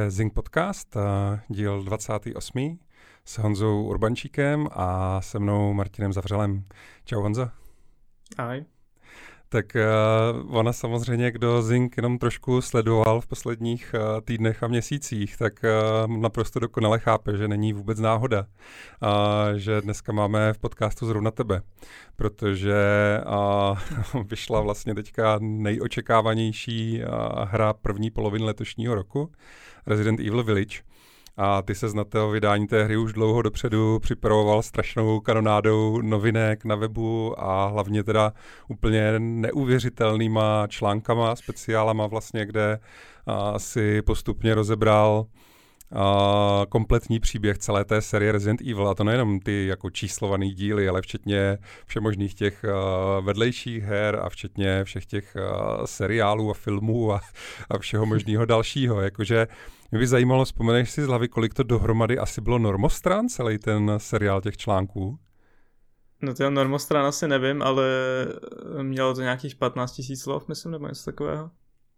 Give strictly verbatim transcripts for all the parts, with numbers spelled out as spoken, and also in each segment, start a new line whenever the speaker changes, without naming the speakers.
Zing Podcast, díl dvacátý osmý s Honzou Urbančíkem a se mnou Martinem Zavřelem. Čau Honzo.
Ahoj.
Tak uh, ona samozřejmě, kdo Zing jenom trošku sledoval v posledních uh, týdnech a měsících, tak uh, naprosto dokonale chápe, že není vůbec náhoda, uh, že dneska máme v podcastu zrovna tebe, protože uh, vyšla vlastně teďka nejočekávanější uh, hra první poloviny letošního roku, Resident Evil Village. A ty ses na to vydání té hry už dlouho dopředu připravoval strašnou kanonádou novinek na webu a hlavně teda úplně neuvěřitelnýma článkama, speciálama vlastně, kde a, si postupně rozebral a, kompletní příběh celé té série Resident Evil. A to nejenom ty jako číslovaný díly, ale včetně všemožných těch a, vedlejších her a včetně všech těch a, seriálů a filmů a, a všeho možného dalšího. Jakože mě by zajímalo, vzpomeneš si z hlavy, kolik to dohromady asi bylo normostran, celý ten seriál těch článků?
No to normostran asi nevím, ale mělo to nějakých patnáct tisíc slov, myslím, nebo něco takového.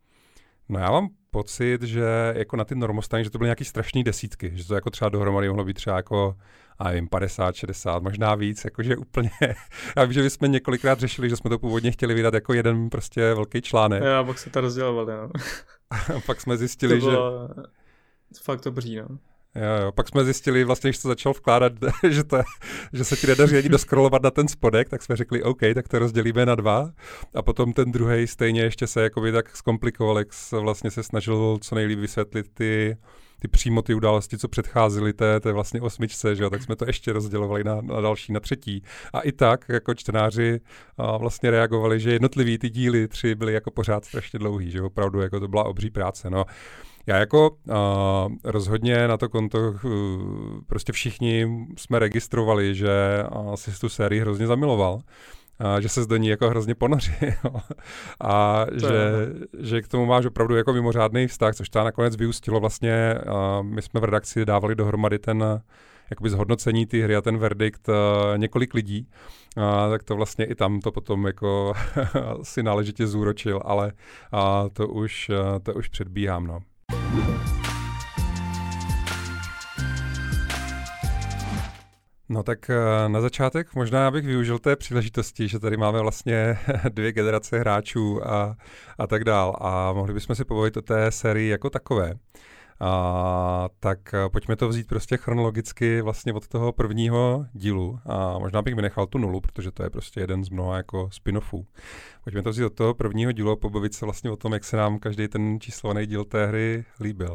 No já mám pocit, že jako na ty normostrany, že to byly nějaký strašný desítky, že to jako třeba dohromady mohlo být třeba jako, a nevím, padesát, šedesát, možná víc, jakože úplně, já vím, že jsme několikrát řešili, že jsme to původně chtěli vydat jako jeden prostě velký článek.
Jo, a pak se to rozdělovali, no.
A pak jsme zjistili,
to bylo
že...
fakt dobří, no.
Jo, jo, pak jsme zjistili vlastně, když to začal vkládat, že, to, že se ti nedaří ani doskrolovat na ten spodek, tak jsme řekli OK, tak to rozdělíme na dva a potom ten druhej stejně ještě se jakoby tak zkomplikoval, jak se vlastně se snažil co nejlíp vysvětlit ty, ty přímo ty události, co předcházely té, té vlastně osmičce, že jo, tak jsme to ještě rozdělovali na, na další, na třetí. A i tak jako čtenáři a vlastně reagovali, že jednotlivý ty díly tři byly jako pořád strašně dlouhý, že opravdu jako to byla obří práce, no. Já jako uh, rozhodně na to konto uh, prostě všichni jsme registrovali, že uh, jsi tu sérii hrozně zamiloval, uh, že ses do ní jako hrozně ponořil a že, že k tomu máš opravdu jako mimořádný vztah, což ta nakonec vyústilo vlastně, uh, my jsme v redakci dávali dohromady ten uh, jakoby zhodnocení té hry a ten verdikt uh, několik lidí, uh, tak to vlastně i tam to potom jako si náležitě zúročil, ale uh, to, už, uh, to už předbíhám, no. No tak na začátek možná bych využil té příležitosti, že tady máme vlastně dvě generace hráčů a, a tak dál a mohli bychom si povědět o té sérii jako takové. A, tak pojďme to vzít prostě chronologicky vlastně od toho prvního dílu a možná bych vynechal tu nulu, protože to je prostě jeden z mnoha jako spin-offů. Pojďme to vzít od toho prvního dílu a pobavit se vlastně o tom, jak se nám každý ten číslovaný díl té hry líbil.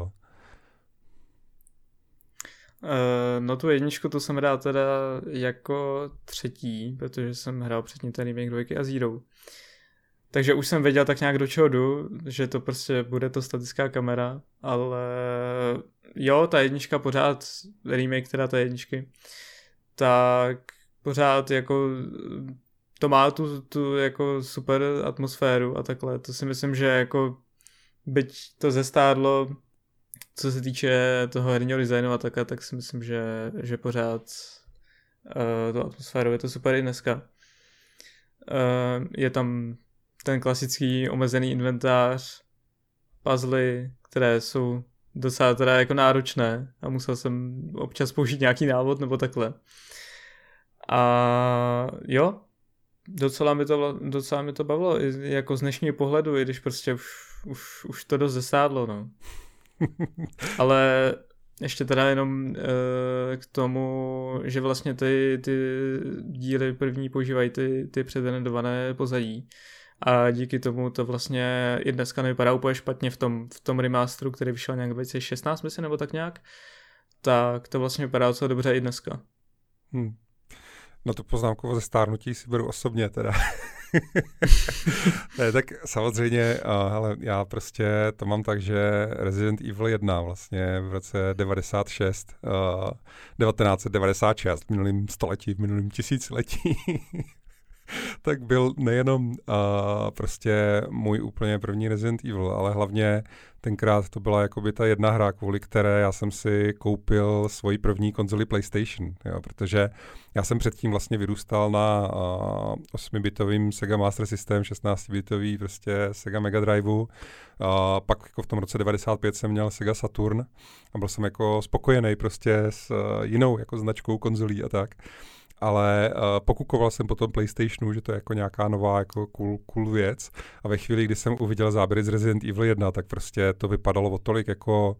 Uh, no tu jedničku to jsem hrál teda jako třetí, protože jsem hrál předtím ten remake dvojky a Zero. Takže už jsem věděl tak nějak do čeho jdu, že to prostě bude to statická kamera, ale jo, ta jednička pořád, remake teda té jedničky, tak pořád jako to má tu, tu jako super atmosféru a takhle. To si myslím, že jako byť to zestárlo, co se týče toho herního designu a takhle, tak si myslím, že, že pořád uh, to atmosféru je to super i dneska. Uh, je tam ten klasický omezený inventář, puzzly, které jsou docela teda jako náročné a musel jsem občas použít nějaký návod nebo takhle. A jo, docela mi to, docela mi to bavilo, i jako z dnešního pohledu, i když prostě už, už, už to dost zesádlo, no. Ale ještě teda jenom uh, k tomu, že vlastně ty, ty díly první používají ty, ty předrenderované pozadí. A díky tomu to vlastně i dneska nevypadá úplně špatně v tom, v tom remasteru, který vyšel nějak dva tisíce šestnáct, myslím, nebo tak nějak. Tak to vlastně vypadá docela dobře i dneska.
Hmm. No tu poznámku ze stárnutí si beru osobně teda. Ne, tak samozřejmě, ale já prostě to mám tak, že Resident Evil jedna vlastně v roce devadesát šest, uh, devatenáct set devadesát šest, v minulém století, v minulém tisíciletí, tak byl nejenom uh, prostě můj úplně první Resident Evil, ale hlavně tenkrát to byla jakoby ta jedna hra, kvůli které já jsem si koupil svoji první konzoli PlayStation, jo, protože já jsem předtím vlastně vyrůstal na uh, osmibitovým Sega Master System, šestnáctibitový prostě Sega Mega Driveu, uh, pak jako v tom roce devadesát pět jsem měl Sega Saturn a byl jsem jako spokojený prostě s uh, jinou jako značkou konzolí a tak. Ale uh, pokukoval jsem po tom PlayStationu, že to je jako nějaká nová jako cool, cool věc a ve chvíli, kdy jsem uviděl záběry z Resident Evil jedna, tak prostě to vypadalo o tolik jako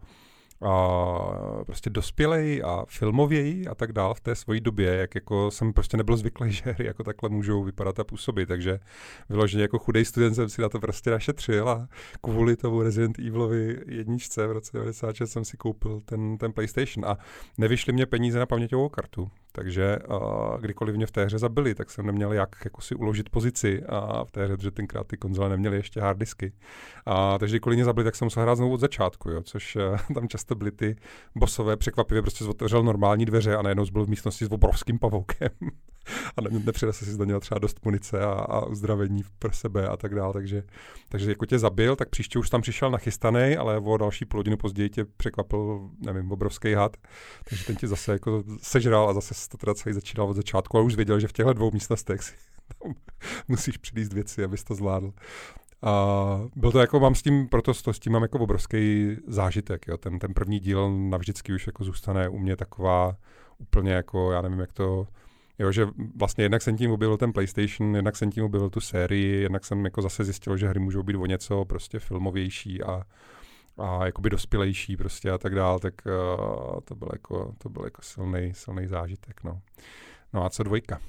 uh, prostě dospělej a filmověji a tak dál v té svojí době, jak jako jsem prostě nebyl zvyklý, že hry jako takhle můžou vypadat a působit, takže vyloženě jako chudej student jsem si na to prostě našetřil a kvůli tomu Resident Evilovi jedničce v roce devadesát šest jsem si koupil ten, ten PlayStation a nevyšly mě peníze na paměťovou kartu. Takže uh, kdykoliv mě v té hře zabili, tak jsem neměl jak jako si uložit pozici a v té hře, protože tenkrát ty konzole neměly ještě hard disky. A takže kdykoliv mě zabili, tak jsem musel hrát znovu od začátku, jo, což uh, tam často byly ty bossové překvapivě, prostě otevřel normální dveře a najednou byl v místnosti s obrovským pavoukem. A ne, nepřinesl si zdaněl třeba dost munice a, a uzdravení pro sebe a tak dále. Takže, takže jako tě zabil, tak příště už tam přišel nachystaný, ale o další půl hodinu později tě překvapil, nevím, obrovský had. Takže ten tě zase jako sežral a zase to teda celý začínal od začátku, ale už věděl, že v těchto dvou místnostech si musíš přinést věci, abys to zvládl. A byl to jako, mám s tím, proto s tím mám jako obrovský zážitek, jo. Ten, ten první díl navždycky už jako zůstane u mě taková úplně jako, já nevím, jak to, jo, že vlastně jednak jsem tím objevil ten PlayStation, jednak jsem tím objevil tu sérii, jednak jsem jako zase zjistil, že hry můžou být o něco prostě filmovější a, a jakoby dospělejší prostě a tak dál, tak uh, to byl jako, to byl jako silný, silný zážitek, no. No a co dvojka?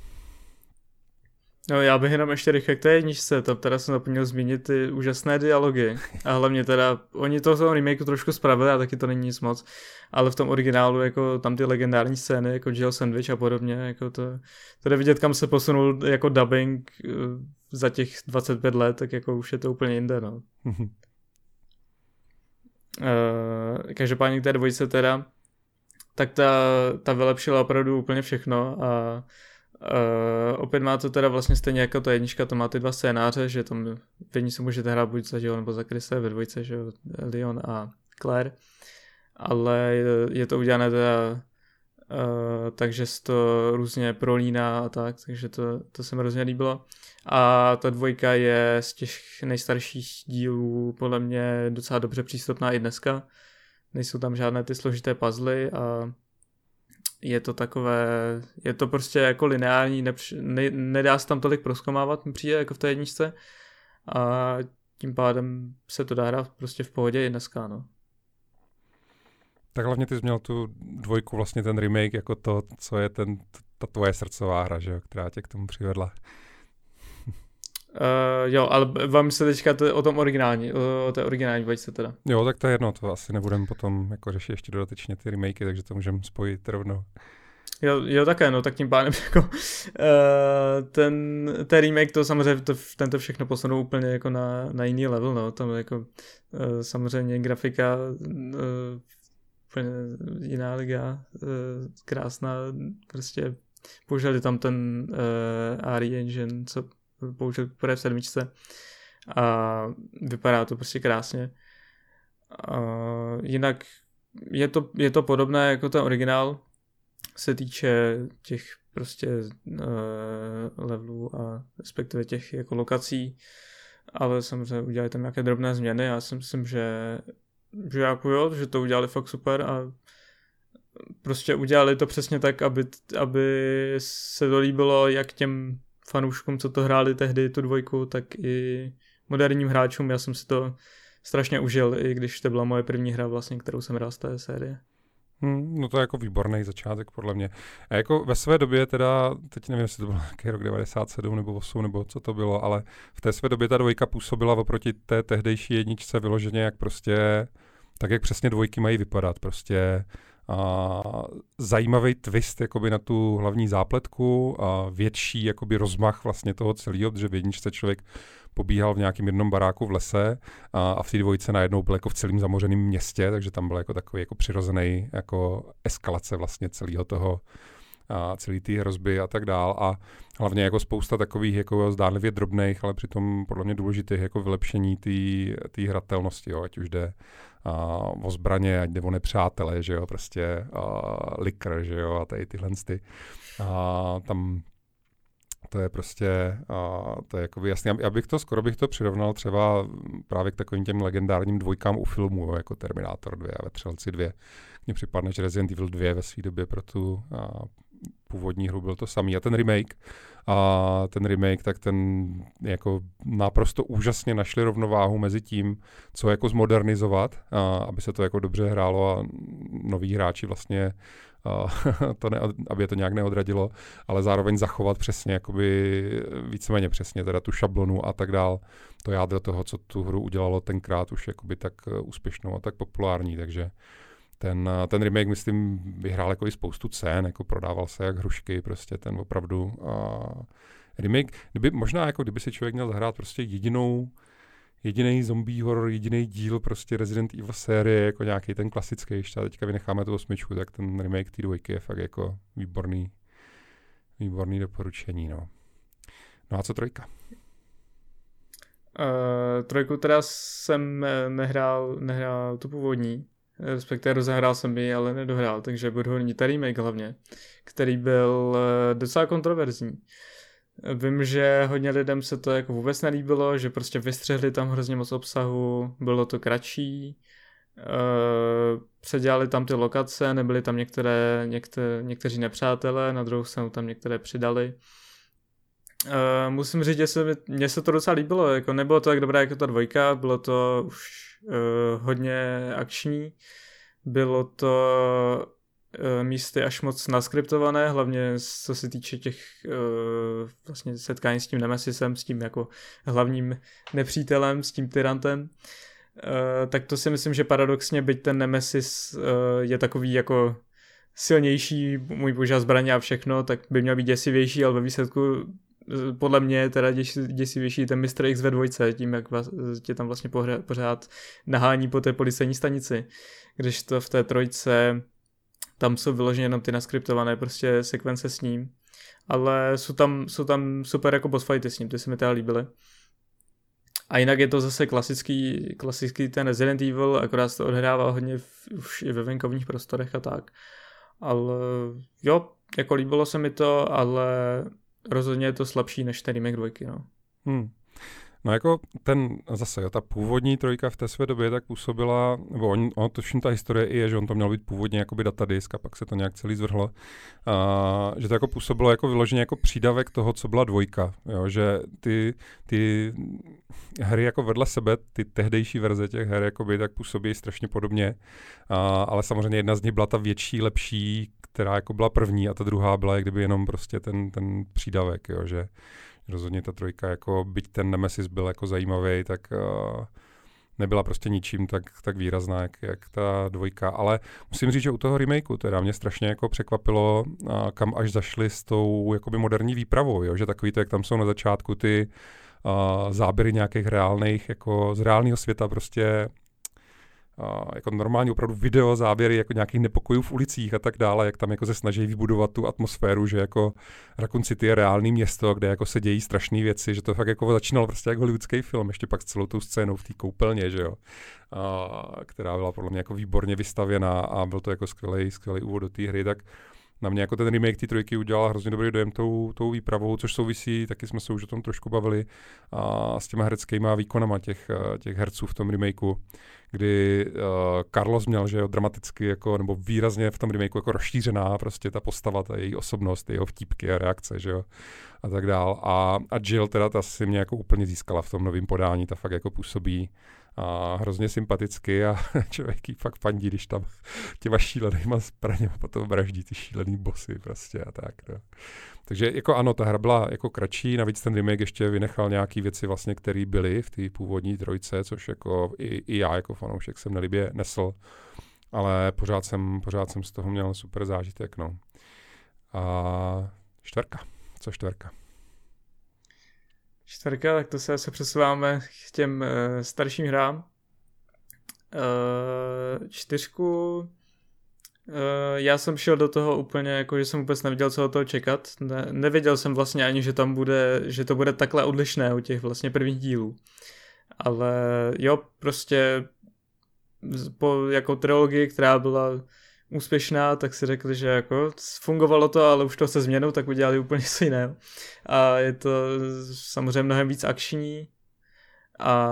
No, já bych jenom ještě rychle k té jedničce, tam teda jsem zapomněl zmínit ty úžasné dialogy a hlavně teda, oni to v tom remakeu trošku spravili a taky to není nic moc, ale v tom originálu jako tam ty legendární scény jako Jill Sandwich a podobně, jako to, to jde vidět, kam se posunul jako dubbing za těch dvacet pět let, tak jako už je to úplně jinde, no. uh, každopádně k té dvojce teda, tak ta, ta vylepšila opravdu úplně všechno a Uh, opět má to teda vlastně stejně jako ta jednička, to má ty dva scénáře, že tam v jedničce můžete hrát buď za Jill nebo za Chrise, ve dvojce, že jo, Leon a Claire, ale je, je to udělané teda uh, takže se to různě prolíná a tak, takže to, to se mi hrozně líbilo. A ta dvojka je z těch nejstarších dílů podle mě docela dobře přístupná i dneska, nejsou tam žádné ty složité puzzly a je to takové, je to prostě jako lineární, nepř, ne, nedá se tam tolik prozkomávat, mi přijde jako v té jedničce a tím pádem se to dá hrát prostě v pohodě i dneska, no.
Tak hlavně ty jsi měl tu dvojku, vlastně ten remake, jako to, co je ten, ta tvoje srdcová hra, že jo, která tě k tomu přivedla.
Uh, jo, ale vám se teďka to, o tom originální, o, o té originální dvojce teda.
Jo, tak to je jedno, to asi nebudeme potom jako řešit ještě dodatečně ty remakey, takže to můžeme spojit rovnou.
Jo, jo, také, no, tak tím pádem jako uh, ten, ten remake to samozřejmě to, tento všechno posunou úplně jako na, na jiný level, no, tam jako uh, samozřejmě grafika uh, úplně jiná liga, uh, krásná, prostě použili tam ten uh, R E engine, co použil poprvé v sedmičce a vypadá to prostě krásně. A jinak je to, je to podobné jako ten originál, se týče těch prostě uh, levelů a respektive těch jako lokací, ale samozřejmě udělali tam nějaké drobné změny. Já si myslím, že, že jako jo, že to udělali fakt super a prostě udělali to přesně tak, aby, aby se to líbilo jak těm fanouškům, co to hráli tehdy, tu dvojku, tak i moderním hráčům. Já jsem si to strašně užil, i když to byla moje první hra vlastně, kterou jsem hrál z té série.
Hmm, no to je jako výborný začátek podle mě. A jako ve své době teda, teď nevím, jestli to byl nějaký rok devadesát sedm nebo osm, nebo co to bylo, ale v té své době ta dvojka působila oproti té tehdejší jedničce vyloženě jak prostě, tak jak přesně dvojky mají vypadat, prostě a zajímavý twist jakoby na tu hlavní zápletku a větší jakoby rozmach vlastně toho celého, protože v jedničce člověk pobíhal v nějakém jednom baráku v lese a, a v té dvojce najednou byl jako v celém zamořeném městě, takže tam byl jako takový jako přirozený jako eskalace vlastně celého toho a celý ty hrozby a tak dál a hlavně jako spousta takových jako zdánlivě drobných, ale přitom podle mě důležitých jako vylepšení té hratelnosti, jo, ať už jde a, o zbraně, ať jde o nepřátelé, že jo, prostě a, likr, že jo, a tady tyhle ty. A tam to je prostě, a, to je jakoby jasný. Já bych to, skoro bych to přirovnal třeba právě k takovým těm legendárním dvojkám u filmu, jo, jako Terminátor dva a Vetřelci dva. Mně připadne, že Resident Evil dva ve své době pro tu a, původní hru byl to samý. A ten remake, a ten remake, tak ten jako naprosto úžasně našli rovnováhu mezi tím, co jako zmodernizovat, a, aby se to jako dobře hrálo a noví hráči vlastně a, to ne, aby je to nějak neodradilo, ale zároveň zachovat přesně, jakoby víceméně přesně, teda tu šablonu a tak dál, to jádro toho, co tu hru udělalo tenkrát už jakoby tak úspěšnou a tak populární, takže ten, ten remake, myslím, vyhrál jako i spoustu cen, jako prodával se jak hrušky, prostě ten opravdu a remake, kdyby, možná jako kdyby si člověk měl zahrát prostě jedinou jediný zombie horor, jediný díl prostě Resident Evil série, jako nějaký ten klasický, ještě teďka vynecháme tu osmičku, tak ten remake té dvojky je fakt jako výborný, výborný doporučení, no. No a co trojka?
Uh, trojku teda jsem nehrál, nehrál tu původní, respektive rozehrál jsem ji, ale nedohrál, takže budu hodnit ten remake hlavně, který byl docela kontroverzní. Vím, že hodně lidem se to jako vůbec nelíbilo, že prostě vystřihli tam hrozně moc obsahu, bylo to kratší, uh, předělali tam ty lokace, nebyly tam některé, některé, někteří nepřátelé, na druhou stranu tam některé přidali. Uh, musím říct, že se mi, mně se to docela líbilo, jako nebylo to tak dobré jako ta dvojka, bylo to už uh, hodně akční, bylo to uh, místy až moc naskriptované, hlavně co se týče těch uh, vlastně setkání s tím Nemesisem, s tím jako hlavním nepřítelem, s tím tyrantem. Uh, tak to si myslím, že paradoxně, byť ten Nemesis uh, je takový jako silnější, můj božá zbraně a všechno, tak by měl být děsivější, ale ve výsledku podle mě je teda děs, děsivější ten mister X ve dvojce, tím jak vás, tě tam vlastně pořád, pořád nahání po té policejní stanici, když to v té trojce tam jsou vyloženě jenom ty naskriptované prostě sekvence s ním, ale jsou tam, jsou tam super jako boss fighty s ním, ty se mi teda líbily. A jinak je to zase klasický, klasický ten Resident Evil, akorát se to odhrává hodně v, už i ve venkovních prostorech a tak. Ale jo, jako líbilo se mi to, ale rozhodně je to slabší než ten remake dvojky, no.
Hmm. No jako ten, zase jo, ta původní trojka v té své době tak působila, nebo on, ono to všim ta historie i je, že on to měl být původně jakoby datadisk a pak se to nějak celý zvrhlo, a, že to jako působilo jako vyloženě jako přídavek toho, co byla dvojka, jo, že ty, ty hry jako vedle sebe, ty tehdejší verze těch her jakoby tak působí strašně podobně, a, ale samozřejmě jedna z nich byla ta větší, lepší, která jako byla první a ta druhá byla jak kdyby jenom prostě ten, ten přídavek, jo, že rozhodně ta trojka, jako byť ten Nemesis byl jako zajímavý, tak uh, nebyla prostě ničím tak, tak výrazná, jak, jak ta dvojka. Ale musím říct, že u toho remakeu teda mě strašně jako překvapilo, uh, kam až zašli s tou jakoby moderní výpravou, jo? Že takový to, jak tam jsou na začátku ty uh, záběry nějakých reálných, jako z reálného světa prostě Uh, jako normální opravdu video záběry jako nějakých nepokojů v ulicích a tak dále, jak tam jako se snaží vybudovat tu atmosféru, že jako Raccoon City je reálný město, kde jako se dějí strašné věci, že to fakt jako začínalo prostě jako hollywoodský film, ještě pak s celou tou scénou v té koupelně, že jo, uh, která byla podle mě jako výborně vystavěná a byl to jako skvělý, skvělý úvod do té hry, tak na mě jako ten remake té trojky udělal hrozně dobrý dojem tou, tou výpravou, což souvisí, taky jsme se už o tom trošku bavili, a s těma hereckýma výkonama těch, těch herců v tom remakeu, kdy uh, Carlos měl, že jo, dramaticky jako, nebo výrazně v tom remakeu jako rozšířená prostě ta postava, ta její osobnost, jeho vtípky a reakce, že jo, a tak dál. A, a Jill teda ta si mě jako úplně získala v tom novém podání, ta fakt jako působí a hrozně sympaticky a člověk jí fakt fandí, když tam těma šílenýma zbraněma potom vraždí ty šílený bossy prostě a tak. No. Takže jako ano, ta hra byla jako kratší, navíc ten remake ještě vynechal nějaký věci vlastně, které byly v té původní trojce, což jako i, i já jako fanoušek jsem nelibě nesl, ale pořád jsem, pořád jsem z toho měl super zážitek. No. A čtvrka. Co čtvrka?
Čtvrka, tak to se se přesouváme k těm uh, starším hrám. Uh, čtyřku já jsem šel do toho úplně, jako že jsem vůbec nevěděl, co od toho čekat. Ne, nevěděl jsem vlastně ani, že tam bude, že to bude takhle odlišné u těch vlastně prvních dílů. Ale jo, prostě po jako trilogii, která byla úspěšná, tak si řekli, že jako fungovalo to, ale už to se změnou, tak udělali úplně něco jiného. A je to samozřejmě mnohem víc akční a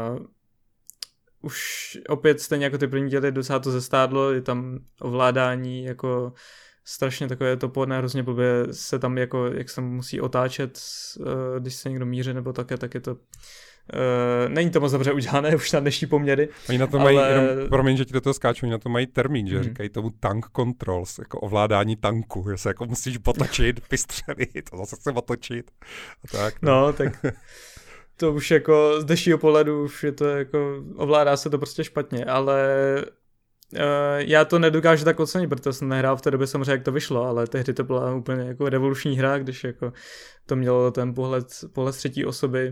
už opět stejně jako ty první díly docela to zestádlo, je tam ovládání jako strašně takové toporné, hrozně blbě se tam jako, jak se musí otáčet, když se někdo míří nebo také, tak je to Uh, není to moc dobře udělané už na dnešní poměry.
Oni na to
ale...
mají, jenom, promiň, že ti do toho skáču, oni na to mají termín, že mm. říkají tomu tank controls, jako ovládání tanku, že se jako musíš otočit, vystřelit a zase se otočit. A tak,
no. no, tak to už jako z dnešního pohledu už je to jako, ovládá se to prostě špatně, ale uh, já to nedokážu tak ocenit, protože jsem nehrál v té době samozřejmě, jak to vyšlo, ale tehdy to byla úplně jako revoluční hra, když jako to mělo ten pohled, pohled z třetí osoby.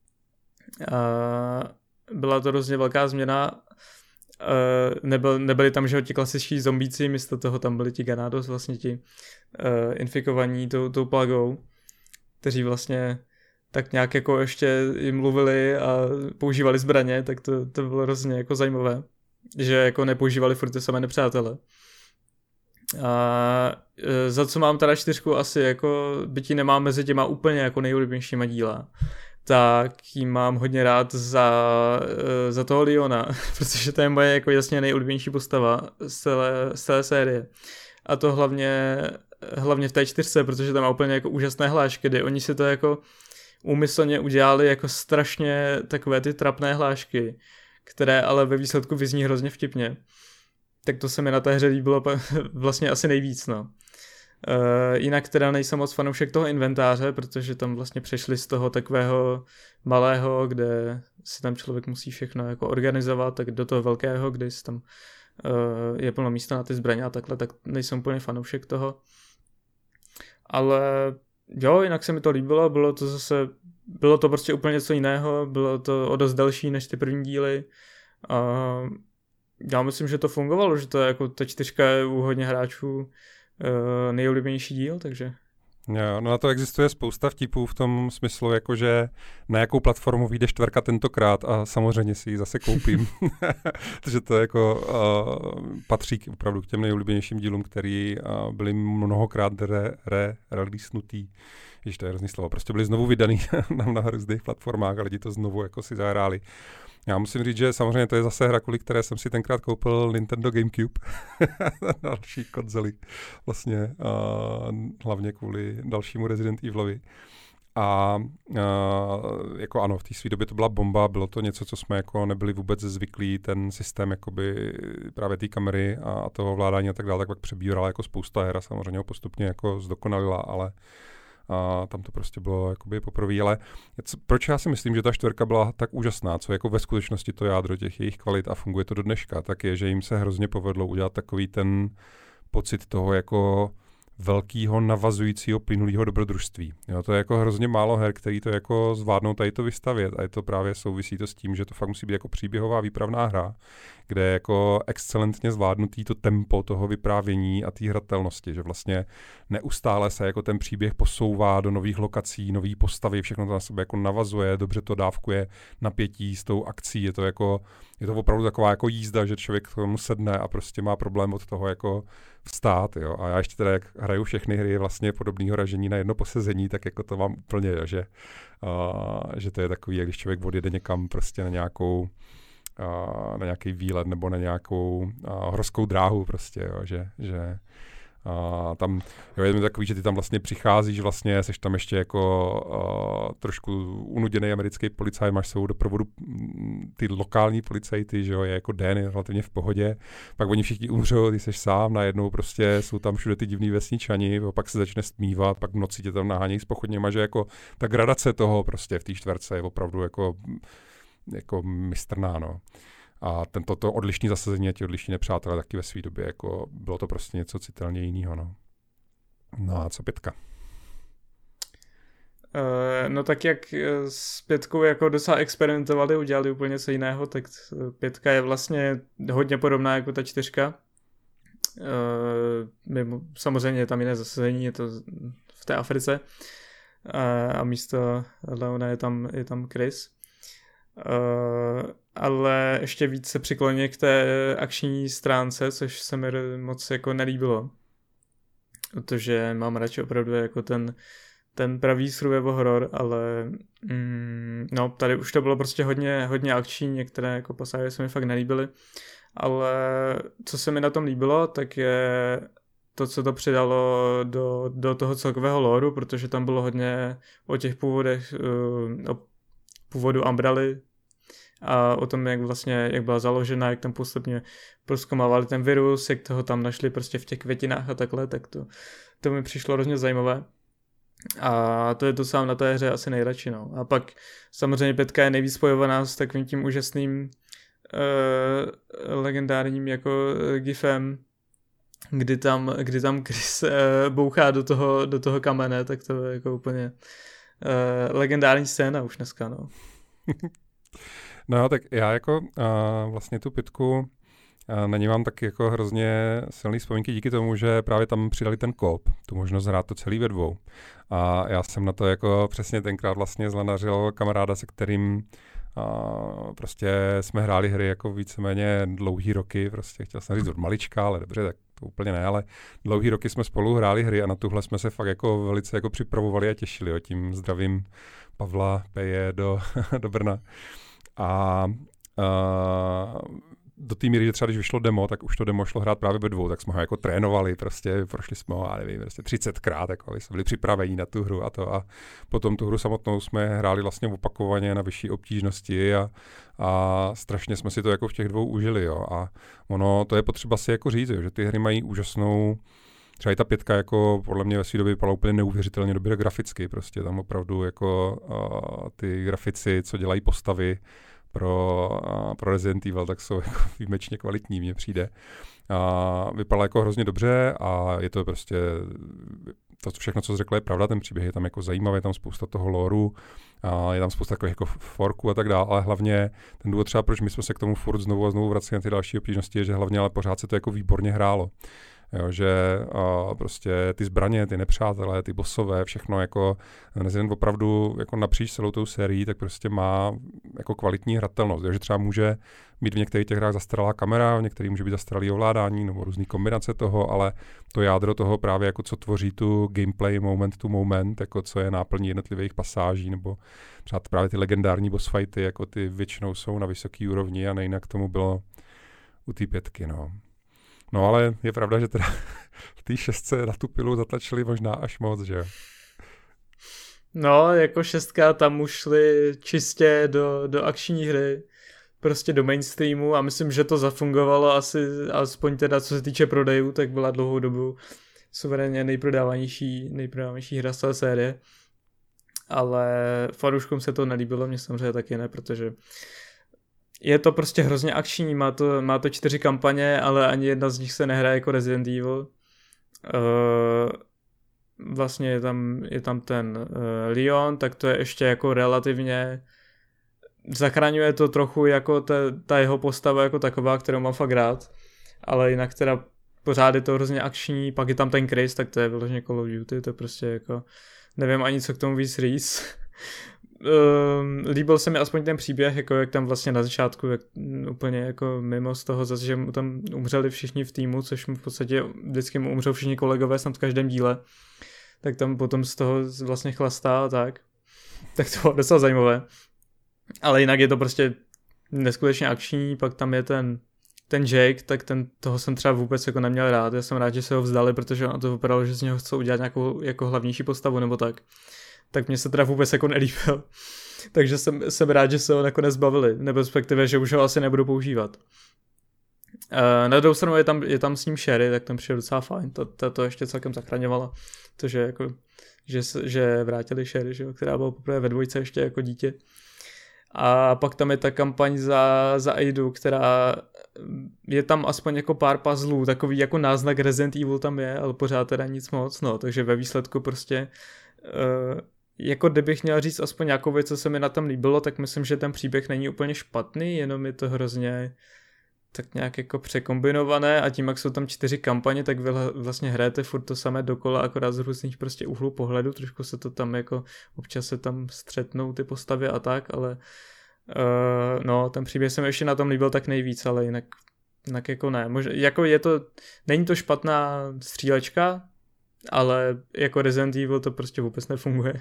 A byla to hrozně velká změna. Nebyl, nebyli tam, že ti klasičtí zombíci, místo toho tam byli ti Ganados, vlastně ti uh, infikovaní tou, tou plagou, kteří vlastně tak nějak jako ještě jim mluvili a používali zbraně, tak to, to bylo hrozně jako zajímavé, že jako nepoužívali furt ty samé nepřátele. A uh, za co mám teda čtyřku asi jako, bytí nemám mezi těma úplně jako nejoblíbenějšíma díla, tak jí mám hodně rád za, za toho Leona, protože to je moje jako jasně nejoblíbenější postava z celé, z celé série. A to hlavně, hlavně v té čtyřce, protože tam má úplně jako úžasné hlášky, kdy oni si to jako úmyslně udělali jako strašně takové ty trapné hlášky, které ale ve výsledku vyzní hrozně vtipně. Tak to se mi na té hře líbilo vlastně asi nejvíc, no. Uh, jinak teda nejsem moc fanoušek toho inventáře, protože tam vlastně přešli z toho takového malého, kde si tam člověk musí všechno jako organizovat, tak do toho velkého, kde si tam uh, je plno místa na ty zbraně a takhle, tak nejsem úplně fanoušek toho. Ale jo, jinak se mi to líbilo, bylo to zase, bylo to prostě úplně něco jiného, bylo to o dost delší než ty první díly. Uh, já myslím, že to fungovalo, že to je jako ta čtyřka je u hodně hráčů Uh, nejoblíbenější díl, takže...
Jo, no na to existuje spousta vtipů v tom smyslu, jakože na jakou platformu vyjde čtvrka tentokrát a samozřejmě si ji zase koupím. Takže to jako uh, patří k, opravdu k těm nejoblíbenějším dílům, který uh, byly mnohokrát re, re, releasenutý. Jež to je hrozný slovo. Prostě byly znovu vydaný na různých platformách a lidi to znovu jako si zahráli. Já musím říct, že samozřejmě to je zase hra, kvůli které jsem si tenkrát koupil Nintendo GameCube. Další konzoli. Vlastně uh, hlavně kvůli dalšímu Resident Evilovi. A uh, jako ano, v té své době to byla bomba, bylo to něco, co jsme jako nebyli vůbec zvyklí, ten systém jakoby právě té kamery a, a toho ovládání a tak dále, tak pak přebírala jako spousta her a samozřejmě ho postupně jako zdokonalila, ale a tam to prostě bylo jakoby poprvé, ale co, proč já si myslím, že ta čtvrka byla tak úžasná, co jako ve skutečnosti to jádro těch jejich kvalit a funguje to do dneška, tak je, že jim se hrozně povedlo udělat takový ten pocit toho jako velkýho navazujícího plynulého dobrodružství. Jo, to je jako hrozně málo her, který to jako zvládnou tady to vystavět a je to právě souvisí to s tím, že to fakt musí být jako příběhová výpravná hra, kde je jako excelentně zvládnutý to tempo toho vyprávění a té hratelnosti, že vlastně neustále se jako ten příběh posouvá do nových lokací, nový postavy, všechno to na sebe jako navazuje, dobře to dávkuje napětí s tou akcí, je to jako, je to opravdu taková jako jízda, že člověk k tomu sedne a prostě má problém od toho jako vstát, jo. A já ještě teda, jak hraju všechny hry vlastně podobného ražení na jedno posezení, tak jako to mám úplně, jo, že, uh, že to je takový, jak když člověk odjede někam prostě na nějakou uh, na nějaký výlet nebo na nějakou uh, horskou dráhu prostě, jo, že, že a tam jo, je to takový, že ty tam vlastně přicházíš, vlastně seš tam ještě jako uh, trošku unuděný americký policajt, máš svou doprovodu ty lokální policajty, že jo, je jako den, je relativně v pohodě, pak oni všichni umřou, ty seš sám, najednou prostě jsou tam všude ty divný vesničani, pak se začne stmívat, pak v noci tě tam nahánějí s pochodněma, že jako ta gradace toho prostě v té čtverce je opravdu jako, jako mistrná, no. A tento to odlišní zasazení a ti odlišní nepřátelé taky ve své době, jako bylo to prostě něco citelně jiného, no. No a co pětka?
Uh, no tak jak s pětkou jako docela experimentovali, udělali úplně něco jiného, tak pětka je vlastně hodně podobná jako ta čtyřka. Uh, mimo, samozřejmě je tam jiné zasazení, je to v té Africe uh, a místo Leona je tam, je tam Chris. Uh, ale ještě víc se přikloně k té akční stránce, což se mi moc jako nelíbilo. Protože mám radši opravdu jako ten, ten pravý survival horror, ale mm, no, tady už to bylo prostě hodně, hodně akční, některé jako pasáže se mi fakt nelíbily. Ale co se mi na tom líbilo, tak je to, co to přidalo do, do toho celkového lóru, protože tam bylo hodně o těch původech, o původu Umbrelly a o tom, jak vlastně, jak byla založena, jak tam postupně prozkoumávali ten virus, jak toho tam našli prostě v těch květinách a takhle, tak to, to mi přišlo hrozně zajímavé. A to je to sám na té hře asi nejradši, no. A pak samozřejmě pětka je nejvíc spojovaná s takovým tím úžasným Uh, legendárním jako gifem, kdy tam, kdy tam Chris uh, bouchá do toho, do toho kamene, tak to je jako úplně uh, legendární scéna už dneska, no.
No, tak já jako uh, vlastně tu pětku uh, na ní mám tak jako hrozně silný vzpomínky díky tomu, že právě tam přidali ten kop, tu možnost hrát to celý ve dvou. A já jsem na to jako přesně tenkrát vlastně zlanařil kamaráda, se kterým a prostě jsme hráli hry jako víceméně dlouhý roky, prostě chtěl jsem říct od malička, ale dobře, tak to úplně ne, ale dlouhý roky jsme spolu hráli hry a na tuhle jsme se fakt jako velice jako připravovali a těšili, jo, tím zdravím Pavla Peje do, do Brna. A uh, do té míry, že třeba když vyšlo demo, tak už to demo šlo hrát právě ve dvou, tak jsme ho jako trénovali, prostě prošli jsme ho, já nevím, prostě třicetkrát, jako jsme byli připraveni na tu hru a to a potom tu hru samotnou jsme hráli vlastně opakovaně na vyšší obtížnosti a, a strašně jsme si to jako v těch dvou užili, jo, a ono, to je potřeba si jako říct, jo, že ty hry mají úžasnou, třeba i ta pětka jako podle mě ve své době vypadala úplně neuvěřitelně dobře graficky, prostě tam opravdu jako a, ty grafici, co dělají postavy, Pro, pro Resident Evil, tak jsou jako výjimečně kvalitní, mně přijde. A vypadá jako hrozně dobře a je to prostě, to všechno, co jsi řekl, je pravda, ten příběh je tam jako zajímavý, je tam spousta toho lóru, a je tam spousta takových jako forků a tak dále, ale hlavně ten důvod třeba, proč my jsme se k tomu furt znovu a znovu vraceli na ty další obtížnosti, je, že hlavně ale pořád se to jako výborně hrálo. Jo, že a prostě ty zbraně, ty nepřátelé, ty bossové, všechno jako Resident opravdu jako napříč celou tou sérií, tak prostě má jako kvalitní hratelnost. Jo, že třeba může mít v některých těch hrách zastaralá kamera, v některých může být zastaralý ovládání nebo různý kombinace toho, ale to jádro toho právě jako co tvoří tu gameplay moment to moment, jako co je náplní jednotlivých pasáží nebo třeba právě ty legendární boss fighty, jako ty většinou jsou na vysoký úrovni a nejinak tomu bylo u té pětky, no. No ale je pravda, že teda v té šestce na tu pilu zatlačili možná až moc, že jo?
No, jako šestka tam už šli čistě do, do akční hry, prostě do mainstreamu a myslím, že to zafungovalo asi, aspoň teda co se týče prodejů, tak byla dlouhou dobu suverénně nejprodávanější, nejprodávanější hra z té série. Ale fanouškům se to nelíbilo, mně samozřejmě taky ne, protože je to prostě hrozně akční, má to, má to čtyři kampaně, ale ani jedna z nich se nehraje jako Resident Evil. Uh, vlastně je tam, je tam ten uh, Leon, tak to je ještě jako relativně, zachraňuje to trochu jako ta, ta jeho postava jako taková, kterou mám fakt rád, ale jinak teda pořád je to hrozně akční, pak je tam ten Chris, tak to je vyloženě Call of Duty, to je prostě jako, nevím ani co k tomu víc říct. Uh, líbil se mi aspoň ten příběh, jako jak tam vlastně na začátku, jak úplně jako mimo z toho zase, že mu tam umřeli všichni v týmu, což mu v podstatě vždycky mu umřou všichni kolegové snad v každém díle, tak tam potom z toho vlastně chlastá a tak. Tak to bylo docela zajímavé. Ale jinak je to prostě neskutečně akční, pak tam je ten ten Jake, tak ten, toho jsem třeba vůbec jako neměl rád, já jsem rád, že se ho vzdali, protože ono to vypadalo, že z něho chcou udělat nějakou jako hlavnější postavu nebo tak. Tak mě se teda vůbec jako nelíbil. Takže jsem, jsem rád, že se ho nakonec zbavili, nebo respektive, že už ho asi nebudu používat. Uh, na druhou stranu je tam, je tam s ním Sherry, tak tam přišel docela fajn, to, to, to ještě celkem zachraňovalo, protože jako, že, že vrátili Sherry, že, která byla poprvé ve dvojce ještě jako dítě. A pak tam je ta kampaň za, za Aidu, která je tam aspoň jako pár puzzlů, takový jako náznak Resident Evil tam je, ale pořád teda nic moc, no, takže ve výsledku prostě uh, jako kdybych měl říct aspoň nějakou věc, co se mi na tom líbilo, tak myslím, že ten příběh není úplně špatný, jenom je to hrozně tak nějak jako překombinované a tím, jak jsou tam čtyři kampaně, tak vy vlastně hrajete furt to samé dokola, akorát z různých prostě úhlů pohledu, trošku se to tam jako, občas se tam střetnou ty postavy a tak, ale uh, no, ten příběh se mi ještě na tom líbil tak nejvíc, ale jinak, jinak jako ne. Mož, jako je to, není to špatná střílečka, ale jako Resident Evil to prostě vůbec nefunguje.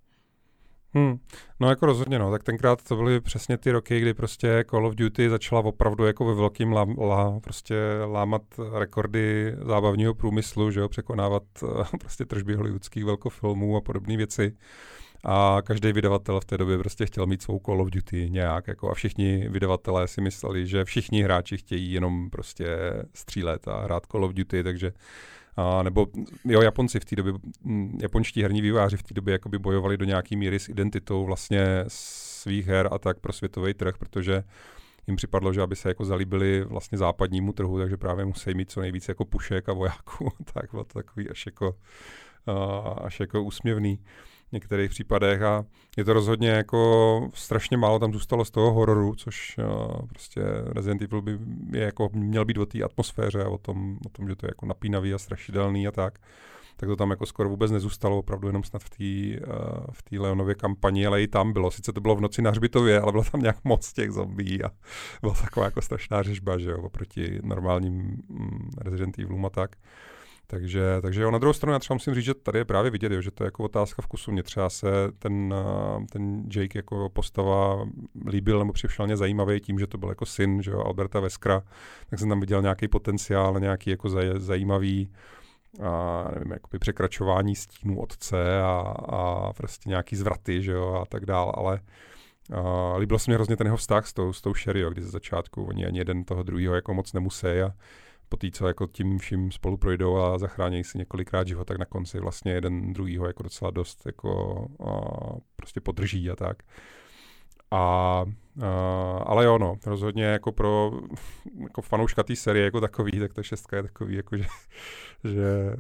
Hmm. No jako rozhodně, no, tak tenkrát to byly přesně ty roky, kdy prostě Call of Duty začala opravdu jako ve velkým lá, lá, prostě lámat rekordy zábavního průmyslu, že jo, překonávat prostě tržby hollywoodských velkofilmů a podobné věci. A každý vydavatel v té době prostě chtěl mít svou Call of Duty nějak, jako a všichni vydavatelé si mysleli, že všichni hráči chtějí jenom prostě střílet a hrát Call of Duty, takže a nebo jo, Japonci v té době, japonští herní vývojáři v té době jakoby bojovali do nějaký míry s identitou vlastně svých her a tak pro světový trh, protože jim připadlo, že aby se jako zalíbili vlastně západnímu trhu, takže právě musí mít co nejvíc jako pušek a vojáků, tak bylo to takový až jako, až jako úsměvný v některých případech a je to rozhodně jako strašně málo tam zůstalo z toho hororu, což uh, prostě Resident Evil by je jako měl být o té atmosféře a o tom, o tom, že to je jako napínavý a strašidelný a tak. Tak to tam jako skoro vůbec nezůstalo, opravdu jenom snad v té uh, v té Leonově kampani, ale i tam bylo. Sice to bylo v noci na hřbitově, ale bylo tam nějak moc těch zombí a byla taková jako strašná řežba, že jo, oproti normálním mm, Resident Evilům a tak. Takže, takže jo, na druhou stranu já třeba musím říct, že tady je právě vidět, jo, že to je jako otázka vkusu. Mně třeba se ten, ten Jake jako postava líbil nebo přišel mě zajímavý tím, že to byl jako syn, že jo, Alberta Weskera, tak jsem tam viděl nějaký potenciál, nějaký jako zaj, zajímavý a nevím, jakoby překračování stínů otce a, a prostě nějaký zvraty, že jo, a tak dál, ale a líbilo se mi hrozně ten jeho vztah s tou, s tou Sherry, jo, kdy ze začátku oni ani jeden toho druhého jako moc nemusí a po té, co jako tím vším spolu projdou a zachrání si několikrát život, tak na konci vlastně jeden druhýho jako docela dost jako a prostě podrží a tak. A, a, ale jo, no, rozhodně jako pro jako fanouška té série jako takový, tak ta šestka je takový, jako že, že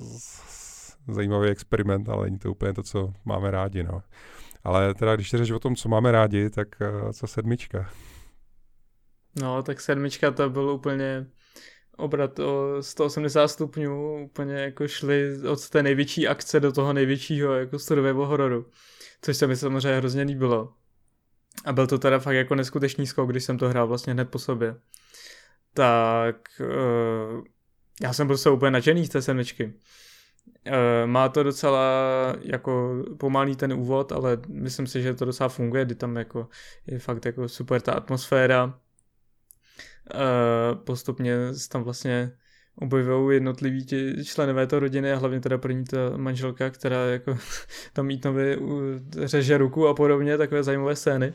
z, zajímavý experiment, ale není to úplně to, co máme rádi, no. Ale teda, když řeš o tom, co máme rádi, tak co sedmička?
No, tak sedmička to byl úplně obrat o sto osmdesát stupňů, úplně jako šli od té největší akce do toho největšího jako survival hororu, což se mi samozřejmě hrozně líbilo. A byl to teda fakt jako neskutečný skok, když jsem to hrál vlastně hned po sobě. Tak uh, já jsem prostě úplně nadšený z té sedmičky. Uh, má to docela jako pomalý ten úvod, ale myslím si, že to docela funguje, kdy tam jako je fakt jako super ta atmosféra. Uh, postupně tam vlastně objevují jednotliví ti členové té rodiny a hlavně teda první ta manželka, která jako tam Ethanovi řeže ruku a podobně, takové zajímavé scény.